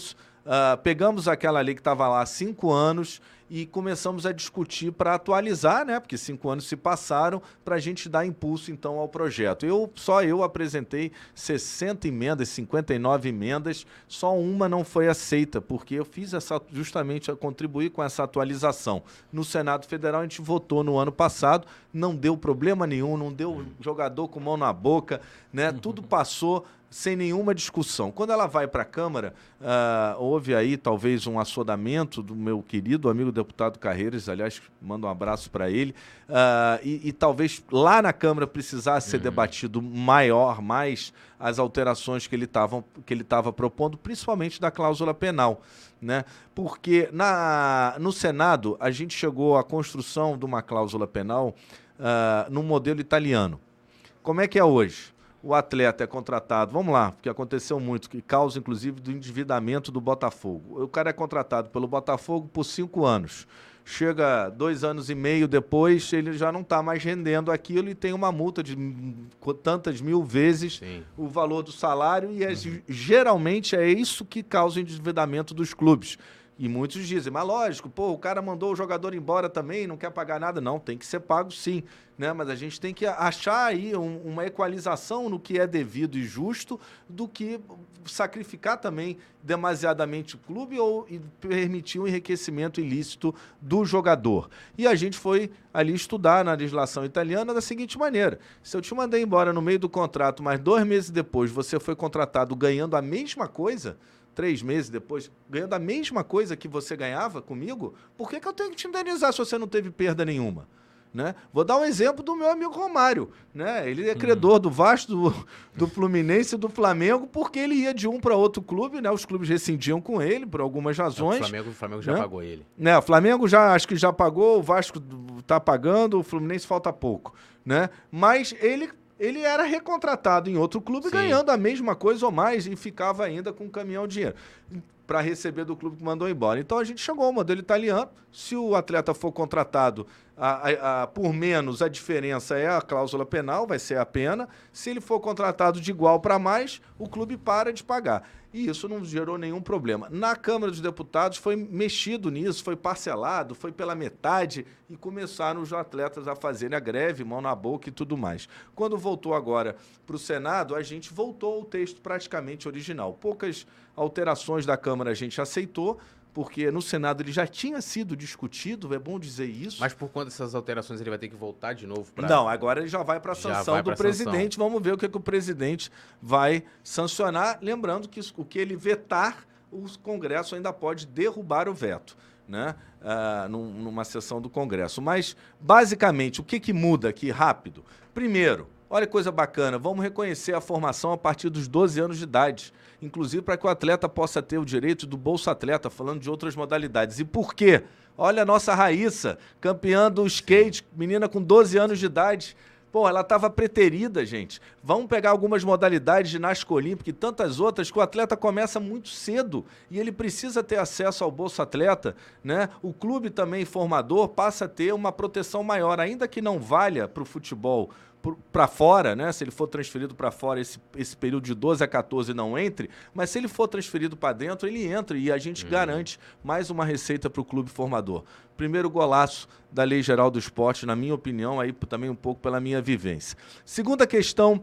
uh, pegamos aquela lei que estava lá há cinco anos e começamos a discutir para atualizar, né? Porque cinco anos se passaram, para a gente dar impulso, então, ao projeto. Eu, só eu apresentei sessenta emendas, cinquenta e nove emendas, só uma não foi aceita, porque eu fiz essa, justamente a contribuir com essa atualização. No Senado Federal, a gente votou no ano passado, não deu problema nenhum, não deu jogador com mão na boca, né? Tudo passou sem nenhuma discussão. Quando ela vai para a Câmara, uh, houve aí talvez um assodamento do meu querido amigo deputado Carreiras, aliás, mando um abraço para ele, uh, e, e talvez lá na Câmara precisasse ser uhum. debatido maior, mais as alterações que ele estava que ele estava propondo, principalmente da cláusula penal, né? Porque na, no Senado a gente chegou à construção de uma cláusula penal uh, no modelo italiano. Como é que é hoje? O atleta é contratado, vamos lá, porque aconteceu muito, que causa inclusive do endividamento do Botafogo. O cara é contratado pelo Botafogo por cinco anos. Chega dois anos e meio depois, ele já não está mais rendendo aquilo e tem uma multa de tantas mil vezes Sim. o valor do salário e é, uhum. geralmente é isso que causa o endividamento dos clubes. E muitos dizem, mas lógico, pô, o cara mandou o jogador embora também, não quer pagar nada. Não, tem que ser pago sim, né? Mas a gente tem que achar aí um, uma equalização no que é devido e justo do que sacrificar também demasiadamente o clube ou permitir um enriquecimento ilícito do jogador. E a gente foi ali estudar na legislação italiana da seguinte maneira: se eu te mandei embora no meio do contrato, mas dois meses depois você foi contratado ganhando a mesma coisa, três meses depois, ganhando a mesma coisa que você ganhava comigo, por que que eu tenho que te indenizar se você não teve perda nenhuma? Né? Vou dar um exemplo do meu amigo Romário, né? Ele é credor do Vasco, do, do Fluminense e do Flamengo, porque ele ia de um para outro clube, né? Os clubes rescindiam com ele por algumas razões. O Flamengo, o Flamengo já né? pagou ele. Né? O Flamengo já, acho que já pagou, o Vasco está pagando, o Fluminense falta pouco, né? Mas ele... ele era recontratado em outro clube, Sim. ganhando a mesma coisa ou mais, e ficava ainda com um caminhão de dinheiro para receber do clube que mandou embora. Então a gente chegou ao modelo italiano. Se o atleta for contratado a, a, a, por menos, a diferença é a cláusula penal, vai ser a pena. Se ele for contratado de igual para mais, o clube para de pagar. E isso não gerou nenhum problema. Na Câmara dos Deputados foi mexido nisso, foi parcelado, foi pela metade e começaram os atletas a fazerem a greve, mão na boca e tudo mais. Quando voltou agora para o Senado, a gente voltou ao texto praticamente original. Poucas alterações da Câmara a gente aceitou, porque no Senado ele já tinha sido discutido, é bom dizer isso. Mas por conta dessas alterações ele vai ter que voltar de novo para... Não, agora ele já vai para a sanção do presidente. Sanção. Vamos ver o que, que o presidente vai sancionar. Lembrando que o que ele vetar, o Congresso ainda pode derrubar o veto, né? Uh, num, numa sessão do Congresso. Mas, basicamente, o que, que muda aqui rápido? Primeiro, olha que coisa bacana, vamos reconhecer a formação a partir dos doze anos de idade, inclusive para que o atleta possa ter o direito do Bolsa Atleta, falando de outras modalidades. E por quê? Olha a nossa Raíssa, campeã do skate, menina com doze anos de idade. Pô, ela estava preterida, gente. Vamos pegar algumas modalidades de ginástica olímpica e tantas outras que o atleta começa muito cedo e ele precisa ter acesso ao Bolsa Atleta, né? O clube também formador passa a ter uma proteção maior, ainda que não valha para o futebol para fora, né? Se ele for transferido para fora, esse, esse período de doze a quatorze não entre, mas se ele for transferido para dentro, ele entra e a gente uhum. garante mais uma receita para o clube formador. Primeiro golaço da Lei Geral do Esporte, na minha opinião, aí também um pouco pela minha vivência. Segunda questão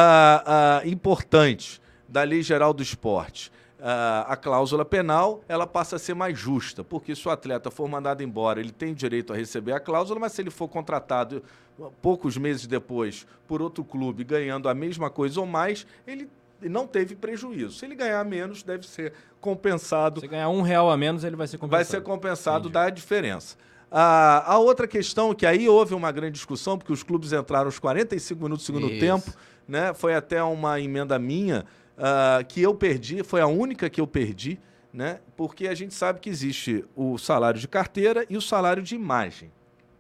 ah, ah, importante da Lei Geral do Esporte. Uh, a cláusula penal ela passa a ser mais justa, porque se o atleta for mandado embora, ele tem direito a receber a cláusula, mas se ele for contratado poucos meses depois por outro clube ganhando a mesma coisa ou mais, ele não teve prejuízo. Se ele ganhar menos, deve ser compensado. Se ganhar um real a menos, ele vai ser compensado. Vai ser compensado da diferença. Uh, a outra questão, que aí houve uma grande discussão, porque os clubes entraram aos quarenta e cinco minutos do segundo Isso. tempo, né? Foi até uma emenda minha, Uh, que eu perdi, foi a única que eu perdi, né? Porque a gente sabe que existe o salário de carteira e o salário de imagem.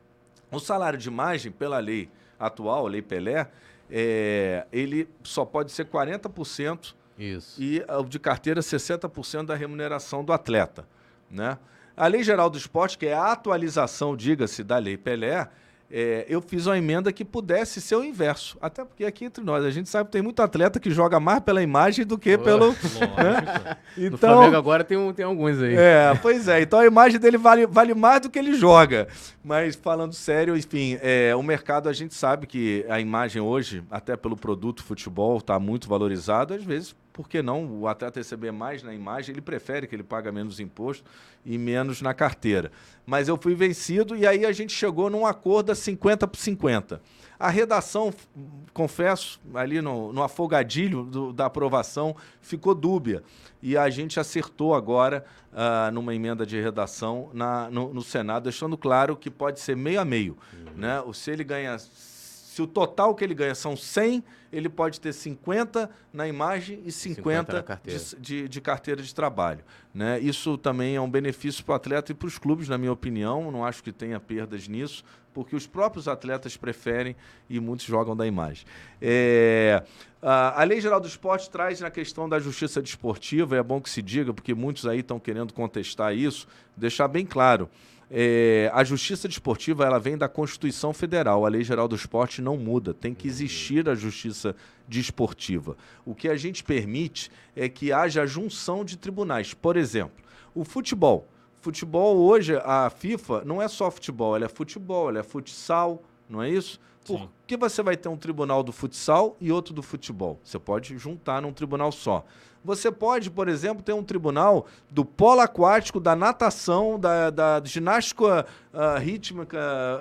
O salário de imagem, pela lei atual, a Lei Pelé, é, ele só pode ser quarenta por cento Isso. e o de carteira sessenta por cento da remuneração do atleta, né? A Lei Geral do Esporte, que é a atualização, diga-se, da Lei Pelé, É, eu fiz uma emenda que pudesse ser o inverso. Até porque aqui entre nós, a gente sabe que tem muito atleta que joga mais pela imagem do que oh, pelo... Né? Então, no Flamengo agora tem, um, tem alguns aí. É, pois é. Então a imagem dele vale, vale mais do que ele joga. Mas falando sério, enfim, é, o mercado a gente sabe que a imagem hoje, até pelo produto futebol, está muito valorizado. Às vezes, por que não o atleta receber mais na imagem? Ele prefere que ele pague menos imposto e menos na carteira. Mas eu fui vencido e aí a gente chegou num acordo a cinquenta por cinquenta. A redação, confesso, ali no, no afogadilho do, da aprovação, ficou dúbia. E a gente acertou agora, uh, numa emenda de redação, na, no, no Senado, deixando claro que pode ser meio a meio. Uhum. Né? Se ele ganha... Se o total que ele ganha são cem, ele pode ter cinquenta na imagem e cinquenta, cinquenta na carteira. De, de, de carteira de trabalho. Né? Isso também é um benefício para o atleta e para os clubes, na minha opinião. Não acho que tenha perdas nisso, porque os próprios atletas preferem e muitos jogam da imagem. É, a, a Lei Geral do Esporte traz na questão da justiça desportiva, e é bom que se diga, porque muitos aí estão querendo contestar isso, deixar bem claro. É, a justiça desportiva ela vem da Constituição Federal, a Lei Geral do Esporte não muda, tem que existir a justiça desportiva. O que a gente permite é que haja junção de tribunais. Por exemplo, o futebol. Futebol hoje, a FIFA não é só futebol, ela é futebol, ela é futsal, não é isso? Por Sim. que você vai ter um tribunal do futsal e outro do futebol? Você pode juntar num tribunal só. Você pode, por exemplo, ter um tribunal do polo aquático, da natação, da, da ginástica uh, rítmica,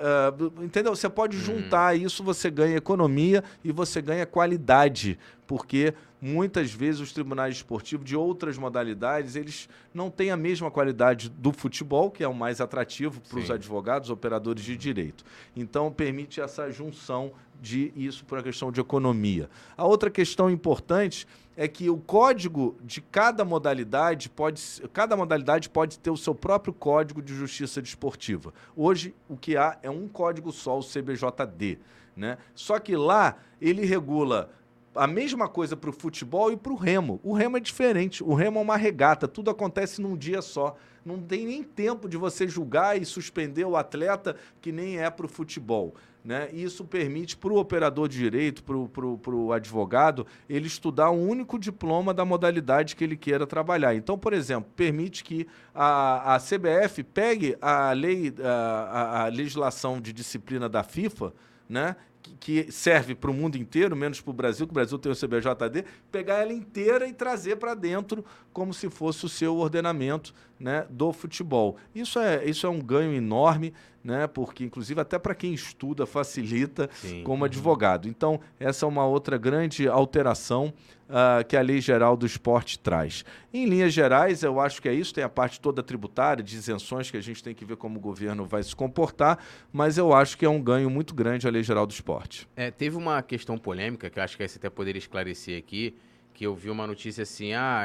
uh, entendeu? Você pode juntar hum. isso, você ganha economia e você ganha qualidade, porque muitas vezes os tribunais esportivos de outras modalidades, eles não têm a mesma qualidade do futebol, que é o mais atrativo para os advogados, operadores de direito. Então, permite essa junção de isso por uma questão de economia. A outra questão importante é que o código de cada modalidade pode, cada modalidade pode ter o seu próprio código de justiça desportiva. Hoje, o que há é um código só, o C B J D. Né? Só que lá ele regula a mesma coisa para o futebol e para o remo. O remo é diferente. O remo é uma regata. Tudo acontece num dia só. Não tem nem tempo de você julgar e suspender o atleta, que nem é para o futebol. Né? E isso permite para o operador de direito, para o advogado, ele estudar um único diploma da modalidade que ele queira trabalhar. Então, por exemplo, permite que a, a C B F pegue a, lei, a, a legislação de disciplina da FIFA, né? que serve para o mundo inteiro, menos para o Brasil, que o Brasil tem o C B J D, pegar ela inteira e trazer para dentro como se fosse o seu ordenamento, né, do futebol. Isso é, isso é um ganho enorme, né, porque, inclusive, até para quem estuda, facilita Sim. como advogado. Então, essa é uma outra grande alteração uh, que a Lei Geral do Esporte traz. Em linhas gerais, eu acho que é isso. Tem a parte toda tributária, de isenções, que a gente tem que ver como o governo vai se comportar, mas eu acho que é um ganho muito grande a Lei Geral do Esporte. É, teve uma questão polêmica, que eu acho que você até poderia esclarecer aqui, que eu vi uma notícia assim, ah,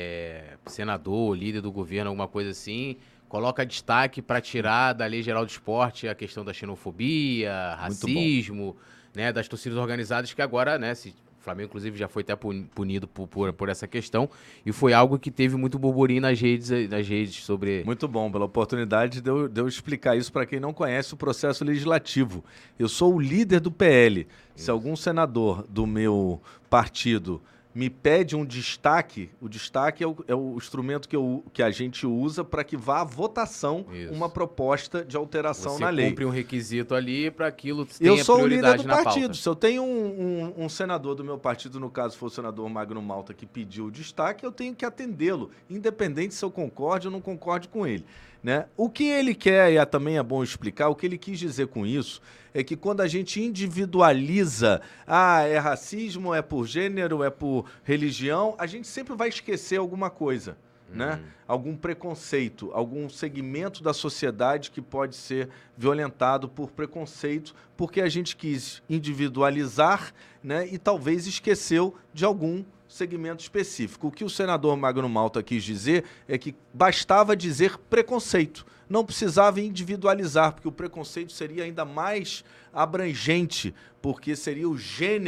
é, é, senador, líder do governo, alguma coisa assim, coloca destaque para tirar da Lei Geral do Esporte a questão da xenofobia, racismo, né, das torcidas organizadas, que agora, né, se, o Flamengo, inclusive, já foi até punido por, por, por essa questão, e foi algo que teve muito burburinho nas redes, nas redes sobre... Muito bom, pela oportunidade de eu, de eu explicar isso para quem não conhece o processo legislativo. Eu sou o líder do P L. Isso. Se algum senador do meu partido me pede um destaque, o destaque é o, é o instrumento que, eu, que a gente usa para que vá à votação Isso. uma proposta de alteração Você na lei. Você cumpre um requisito ali para aquilo tenha Eu sou o líder do na partido. Pauta. Se eu tenho um, um, um senador do meu partido, no caso for o senador Magno Malta, que pediu o destaque, eu tenho que atendê-lo, independente se eu concorde ou não concorde com ele. Né? O que ele quer, e também é bom explicar, o que ele quis dizer com isso é que quando a gente individualiza, ah, é racismo, é por gênero, é por religião, a gente sempre vai esquecer alguma coisa, uhum. né? Algum preconceito, algum segmento da sociedade que pode ser violentado por preconceito, porque a gente quis individualizar, né, e talvez esqueceu de algum segmento específico. O que o senador Magno Malta quis dizer é que bastava dizer preconceito, não precisava individualizar, porque o preconceito seria ainda mais abrangente, porque seria o gênero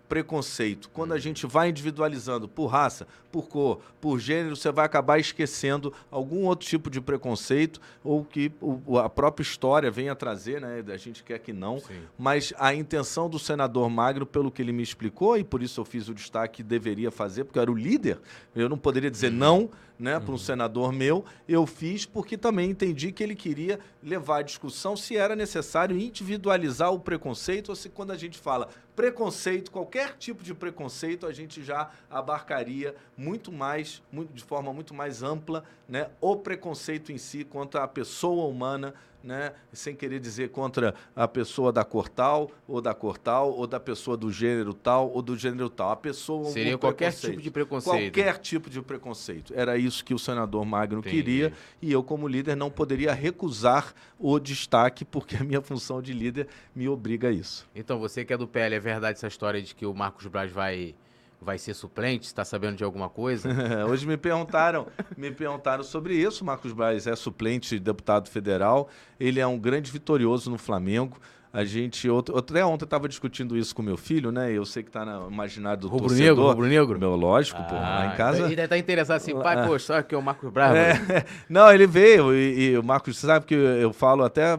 preconceito. Quando a gente vai individualizando por raça, por cor, por gênero, você vai acabar esquecendo algum outro tipo de preconceito ou que o, a própria história venha trazer, né? A gente quer que não, Sim. mas a intenção do senador Magno, pelo que ele me explicou, e por isso eu fiz o destaque que deveria fazer, porque eu era o líder, eu não poderia dizer uhum. não, né, para um senador meu, eu fiz porque também entendi que ele queria levar a discussão se era necessário individualizar o preconceito, ou se quando a gente fala preconceito, qualquer tipo de preconceito, a gente já abarcaria muito mais, muito, de forma muito mais ampla, né, o preconceito em si contra a pessoa humana, né, sem querer dizer contra a pessoa da cor tal, ou da cor tal, ou da pessoa do gênero tal, ou do gênero tal. A pessoa... Seria qualquer tipo de preconceito. Qualquer tipo de preconceito. Era isso que o senador Magno Entendi. queria, e eu, como líder, não poderia recusar o destaque, porque a minha função de líder me obriga a isso. Então, você que é do P L, é verdade essa história de que o Marcos Braz vai... vai ser suplente? Está sabendo de alguma coisa? Hoje me perguntaram, me perguntaram sobre isso. Marcos Braz é suplente, deputado federal. Ele é um grande vitorioso no Flamengo. A gente, outro, até ontem eu estava discutindo isso com meu filho, né? Eu sei que está no imaginário do rubro torcedor. Negro, rubro-negro? Meu, lógico, ah, pô. Lá em casa... Ele deve estar interessado assim, pai, pô, só que é o Marcos Braz. É, não, ele veio e, e o Marcos, você sabe que eu, eu falo até...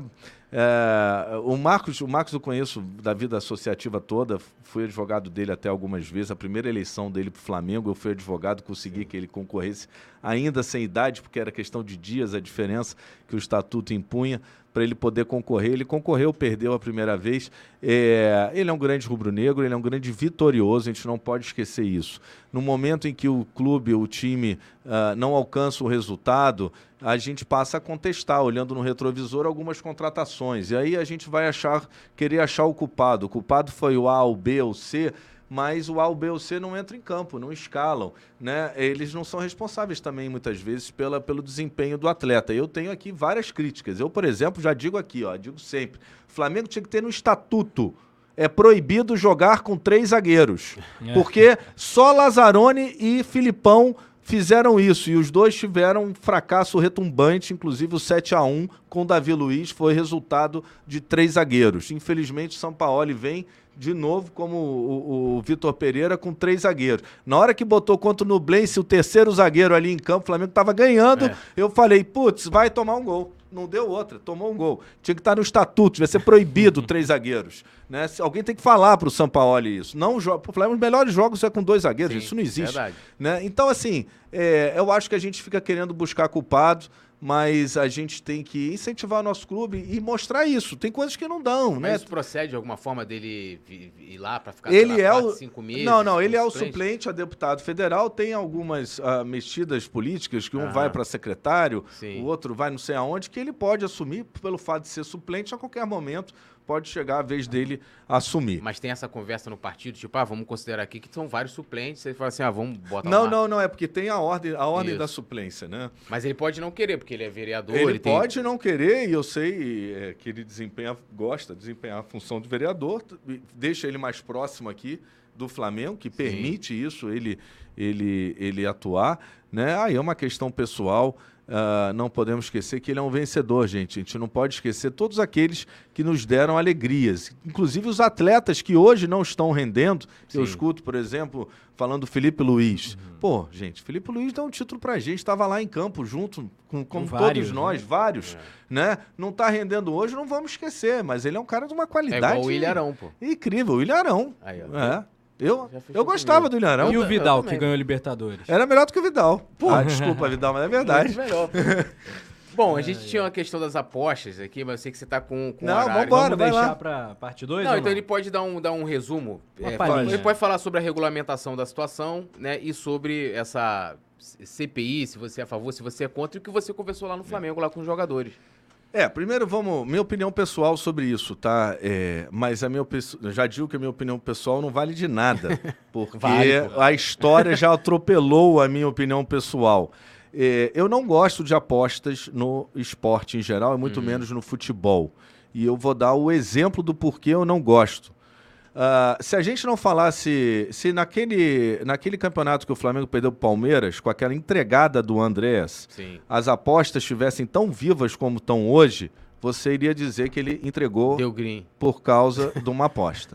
É, o Marcos, o Marcos eu conheço da vida associativa toda, fui advogado dele até algumas vezes. A primeira eleição dele para o Flamengo, eu fui advogado, consegui que ele concorresse ainda sem idade, porque era questão de dias a diferença que o estatuto impunha para ele poder concorrer. Ele concorreu, perdeu a primeira vez. É, ele é um grande rubro-negro, ele é um grande vitorioso, a gente não pode esquecer isso. No momento em que o clube, o time uh, não alcança o resultado, a gente passa a contestar, olhando no retrovisor, algumas contratações. E aí a gente vai achar, querer achar o culpado. O culpado foi o A, o B ou o C, mas o A, o B ou o C não entram em campo, não escalam, né? Eles não são responsáveis também, muitas vezes, pela, pelo desempenho do atleta. Eu tenho aqui várias críticas. Eu, por exemplo, já digo aqui, ó, digo sempre, o Flamengo tinha que ter no estatuto, é proibido jogar com três zagueiros, é. porque só Lazzaroni e Filipão fizeram isso, e os dois tiveram um fracasso retumbante, inclusive o sete a um com o Davi Luiz foi resultado de três zagueiros. Infelizmente, o Sampaoli vem de novo como o, o Vitor Pereira com três zagueiros. Na hora que botou contra o Nublense, o terceiro zagueiro ali em campo, o Flamengo estava ganhando, é. eu falei, putz, vai tomar um gol. Não deu outra, tomou um gol. Tinha que estar no estatuto, vai ser proibido três zagueiros. Né? Se, alguém tem que falar para o Sampaoli isso. Não, o Flamengo, os melhores jogos é com dois zagueiros, Sim, isso não existe. Verdade. Né? Então, assim, é, eu acho que a gente fica querendo buscar culpados, mas a gente tem que incentivar o nosso clube e mostrar isso. Tem coisas que não dão, mas né? Isso procede de alguma forma dele ir lá para ficar ele lá, é quatro, o... cinco meses? Não, não, ele é o suplente a deputado federal, tem algumas uh, mexidas políticas, que um ah, vai para secretário, sim. o outro vai não sei aonde, que ele pode assumir pelo fato de ser suplente a qualquer momento. Pode chegar a vez dele assumir. Mas tem essa conversa no partido, tipo, ah, vamos considerar aqui que são vários suplentes, você fala assim, ah, vamos botar Não, lá. não, não, é porque tem a ordem, a ordem da suplência, né? Mas ele pode não querer, porque ele é vereador. Ele, ele pode tem... não querer, e eu sei é, que ele desempenha, gosta de desempenhar a função de vereador, deixa ele mais próximo aqui do Flamengo, que Sim. permite isso, ele, ele, ele atuar, né? Aí é uma questão pessoal. Uh, não podemos esquecer que ele é um vencedor, gente. A gente não pode esquecer todos aqueles que nos deram alegrias. Inclusive os atletas que hoje não estão rendendo. Sim. Eu escuto, por exemplo, falando do Felipe Luiz. Uhum. Pô, gente, Felipe Luiz dá um título pra gente. Estava lá em campo junto com, com, com vários, todos nós, né? vários. É. Né? Não está rendendo hoje, não vamos esquecer. Mas ele é um cara de uma qualidade... É igual o Ilharão, pô. Incrível, o Ilharão. Aí, ó. É. Eu, eu gostava do Ilharão. E o Vidal, que ganhou a Libertadores? Era melhor do que o Vidal. Pô, desculpa, Vidal, mas é verdade. Muito melhor. Bom, a gente é, tinha uma questão das apostas aqui, mas eu sei que você tá com, com não, horário. Vambora, Vamos vai deixar lá. pra parte dois? Não, ou então não? ele pode dar um, dar um resumo. Uma É, palhinha. ele pode falar sobre a regulamentação da situação, né? E sobre essa C P I, se você é a favor, se você é contra, e o que você conversou lá no Flamengo, lá com os jogadores. É, primeiro vamos... Minha opinião pessoal sobre isso, tá? É, mas a minha... Já digo que a minha opinião pessoal não vale de nada, porque vale, a história já atropelou a minha opinião pessoal. É, eu não gosto de apostas no esporte em geral, e muito hum. menos no futebol. E eu vou dar o exemplo do porquê eu não gosto. Uh, se a gente não falasse... Se naquele, naquele campeonato que o Flamengo perdeu para o Palmeiras, com aquela entregada do Andrés, Sim. as apostas estivessem tão vivas como estão hoje, você iria dizer que ele entregou Deu green. por causa de uma aposta. yeah.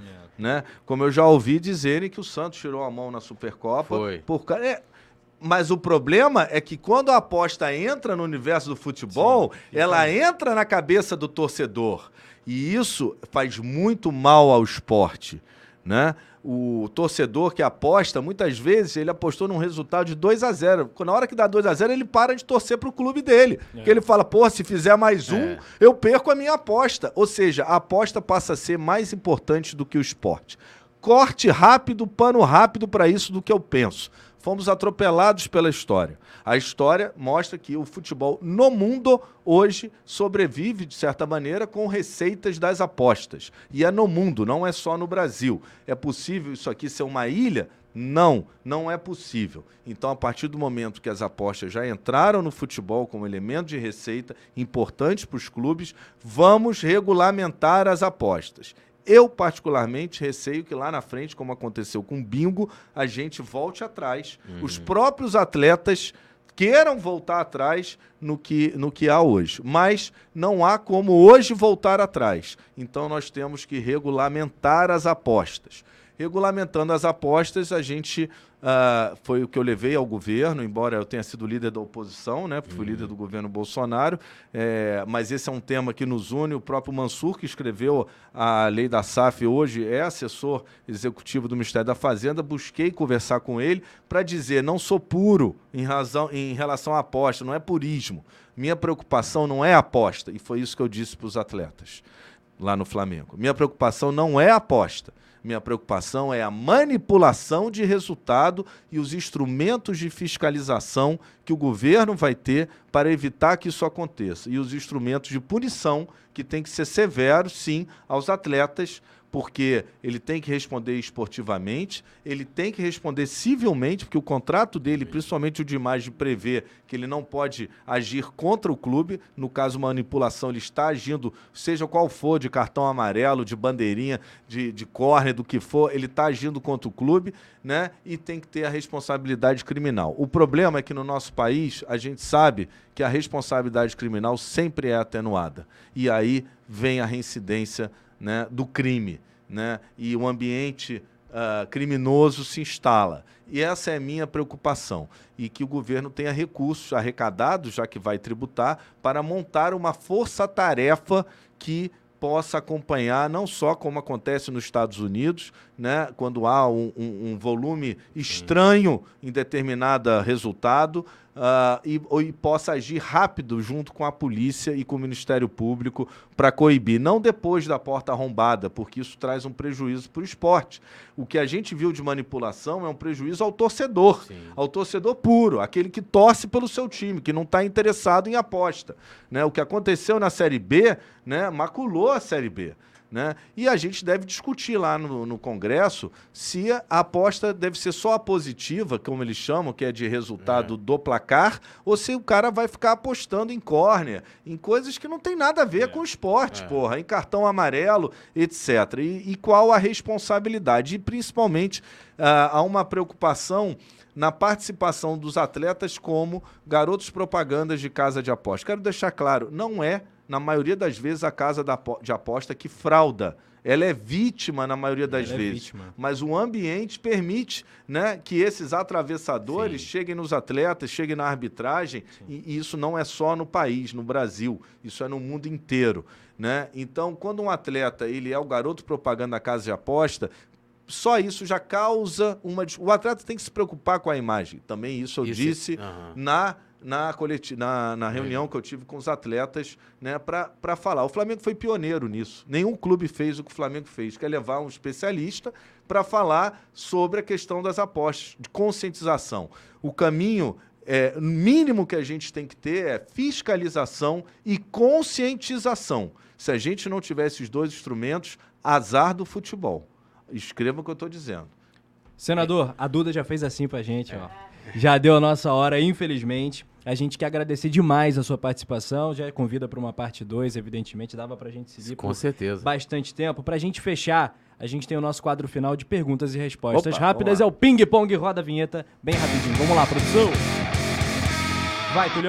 né? Como eu já ouvi dizerem que o Santos tirou a mão na Supercopa. Foi. Por... É, mas o problema é que quando a aposta entra no universo do futebol, sim, ela entra na cabeça do torcedor. E isso faz muito mal ao esporte, né? O torcedor que aposta, muitas vezes, ele apostou num resultado de dois a zero. Na hora que dá dois a zero, ele para de torcer pro clube dele. É. Porque ele fala, pô, se fizer mais um, é. eu perco a minha aposta. Ou seja, a aposta passa a ser mais importante do que o esporte. Corte rápido, pano rápido para isso do que eu penso. Fomos atropelados pela história. A história mostra que o futebol no mundo hoje sobrevive, de certa maneira, com receitas das apostas. E é no mundo, não é só no Brasil. É possível isso aqui ser uma ilha? Não, não é possível. Então, a partir do momento que as apostas já entraram no futebol como elemento de receita importante para os clubes, vamos regulamentar as apostas. Eu, particularmente, receio que lá na frente, como aconteceu com o bingo, a gente volte atrás. Uhum. Os próprios atletas queiram voltar atrás no que, no que há hoje. Mas não há como hoje voltar atrás. Então, nós temos que regulamentar as apostas. Regulamentando as apostas, a gente... Uh, foi o que eu levei ao governo, embora eu tenha sido líder da oposição, né? Fui uhum. líder do governo Bolsonaro, é, mas esse é um tema que nos une. O próprio Mansur, que escreveu a lei da S A F hoje, é assessor executivo do Ministério da Fazenda. Busquei conversar com ele para dizer, não sou puro em, razão, em relação à aposta, não é purismo. Minha preocupação não é aposta, e foi isso que eu disse para os atletas lá no Flamengo. Minha preocupação não é aposta. Minha preocupação é a manipulação de resultado e os instrumentos de fiscalização que o governo vai ter para evitar que isso aconteça. E os instrumentos de punição que tem que ser severos, sim, aos atletas, porque ele tem que responder esportivamente, ele tem que responder civilmente, porque o contrato dele, principalmente o de imagem, prevê que ele não pode agir contra o clube. No caso, manipulação, ele está agindo, seja qual for, de cartão amarelo, de bandeirinha, de, de córner, do que for, ele está agindo contra o clube, né? E tem que ter a responsabilidade criminal. O problema é que no nosso país, a gente sabe que a responsabilidade criminal sempre é atenuada. E aí vem a reincidência, né, do crime, né, e o ambiente uh, criminoso se instala. E essa é a minha preocupação, e que o governo tenha recursos arrecadados, já que vai tributar, para montar uma força-tarefa que possa acompanhar, não só como acontece nos Estados Unidos, né, quando há um, um, um volume estranho em determinado resultado, uh, e, e possa agir rápido junto com a polícia e com o Ministério Público para coibir, não depois da porta arrombada, porque isso traz um prejuízo para o esporte. O que a gente viu de manipulação é um prejuízo ao torcedor, Sim. ao torcedor puro, aquele que torce pelo seu time, que não está interessado em aposta, né? O que aconteceu na Série B, né, maculou a Série B. Né? E a gente deve discutir lá no, no Congresso se a aposta deve ser só a positiva, como eles chamam, que é de resultado é. do placar, ou se o cara vai ficar apostando em córnea, em coisas que não tem nada a ver é. com o esporte, é. porra, em cartão amarelo, etcétera. E, e qual a responsabilidade? E, principalmente, uh, há uma preocupação na participação dos atletas como garotos propagandas de casa de aposta. Quero deixar claro, não é na maioria das vezes, a casa de aposta que frauda. Ela é vítima na maioria das Ela vezes. É mas o ambiente permite, né, que esses atravessadores Sim. cheguem nos atletas, cheguem na arbitragem, e, e isso não é só no país, no Brasil, isso é no mundo inteiro. Né? Então, quando um atleta ele é o garoto propaganda da casa de aposta, só isso já causa uma... O atleta tem que se preocupar com a imagem. Também isso eu isso. disse uhum. na... Na, coleti na, na reunião que eu tive com os atletas, né, para falar. O Flamengo foi pioneiro nisso. Nenhum clube fez o que o Flamengo fez, que é levar um especialista para falar sobre a questão das apostas, de conscientização. O caminho é, mínimo que a gente tem que ter é fiscalização e conscientização. Se a gente não tiver esses dois instrumentos, azar do futebol. Escreva o que eu estou dizendo. Senador, a Duda já fez assim pra gente, ó. Já deu a nossa hora, infelizmente. A gente quer agradecer demais a sua participação. Já convida para uma parte dois, evidentemente. Dava para a gente seguir Com por certeza. bastante tempo. Para a gente fechar, a gente tem o nosso quadro final de perguntas e respostas Opa, rápidas. É o ping-pong, roda a vinheta bem rapidinho. Vamos lá, produção. Vai, Tulhão.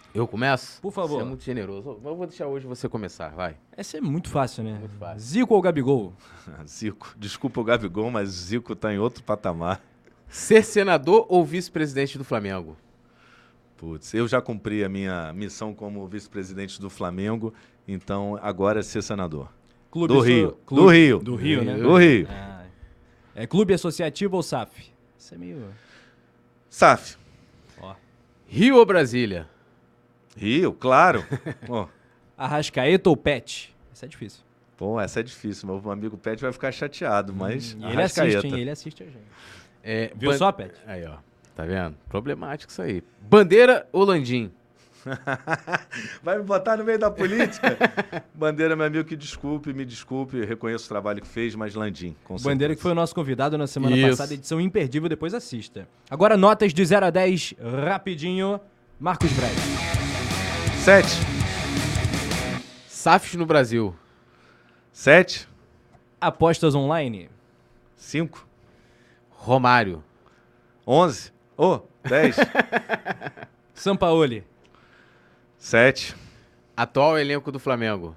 Eu começo? Por favor. Você é muito generoso. Eu vou deixar hoje você começar, vai. Essa é muito fácil, né? Muito fácil. Zico ou Gabigol? Zico. Desculpa o Gabigol, mas Zico tá em outro patamar. Ser senador ou vice-presidente do Flamengo? Putz, eu já cumpri a minha missão como vice-presidente do Flamengo, então agora é ser senador. Clube Do so- Rio. clube- Do Rio. Do Rio, né? Do Rio. Ah, é clube associativo ou S A F? Isso é meio... S A F. Ó. Rio ou Brasília? Rio, claro. Pô, Arrascaeta ou Pet? Isso é difícil. pô, essa é difícil. Meu amigo Pet vai ficar chateado, mas E ele assiste, Arrascaeta. hein? Ele assiste a gente. É, Viu ban- só, Pet? Aí, ó. Tá vendo? Problemático isso aí. Bandeira ou Landim? Vai me botar no meio da política? Bandeira, meu amigo, que desculpe, me desculpe, reconheço o trabalho que fez, mas Landim, com Bandeira que foi o nosso convidado na semana Isso. passada, edição imperdível, depois assista. Agora notas de zero a dez, rapidinho. Marcos Braz. Sete. S A Fs no Brasil. Sete. Apostas online. Cinco. Romário. Onze. Oh, dez. Sampaoli. Sete. Atual elenco do Flamengo.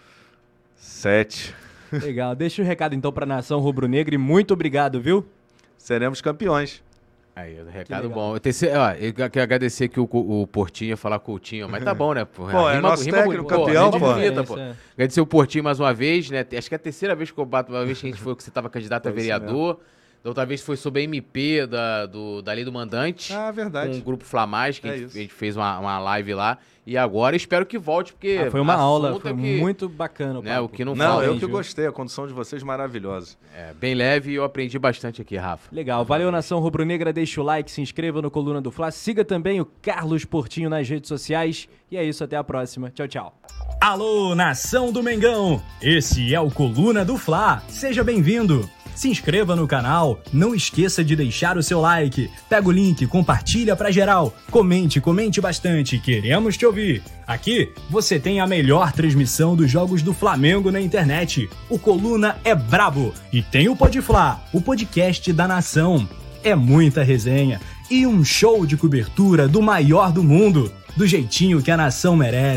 Sete. Legal, deixa o recado então pra nação rubro-negra e muito obrigado, viu? Seremos campeões. Aí, recado legal. bom. Eu, terceiro, ó, eu quero agradecer aqui o, Co- o Portinho, ia falar Coutinho, mas tá bom, né? Pô, Pô, é nosso técnico, bonito. campeão, rima pô. bonita, pô. É. Agradecer o Portinho mais uma vez, né? Acho que é a terceira vez que eu bato, uma vez que a gente foi que você estava candidato a Foi isso vereador. Da outra vez foi sobre a M P da, do, da Lei do Mandante. Ah, Com verdade. o grupo Flamage, que É a, gente, isso. a gente fez uma, uma live lá. E agora espero que volte, porque. Ah, foi uma aula, assunto foi é que, muito bacana. né, o que não Não, fala, eu hein, que viu? gostei, a condução de vocês maravilhosa. É, bem leve e eu aprendi bastante aqui, Rafa. Legal, valeu nação rubro-negra, deixa o like, se inscreva no Coluna do Fla, siga também o Carlos Portinho nas redes sociais. E é isso, até a próxima. Tchau, tchau. Alô, nação do Mengão! Esse é o Coluna do Fla. Seja bem-vindo! Se inscreva no canal, não esqueça de deixar o seu like. Pega o link, compartilha pra geral. Comente, comente bastante, queremos te ouvir. Aqui você tem a melhor transmissão dos jogos do Flamengo na internet. O Coluna é brabo e tem o Podfla, o podcast da nação. É muita resenha e um show de cobertura do maior do mundo, do jeitinho que a nação merece.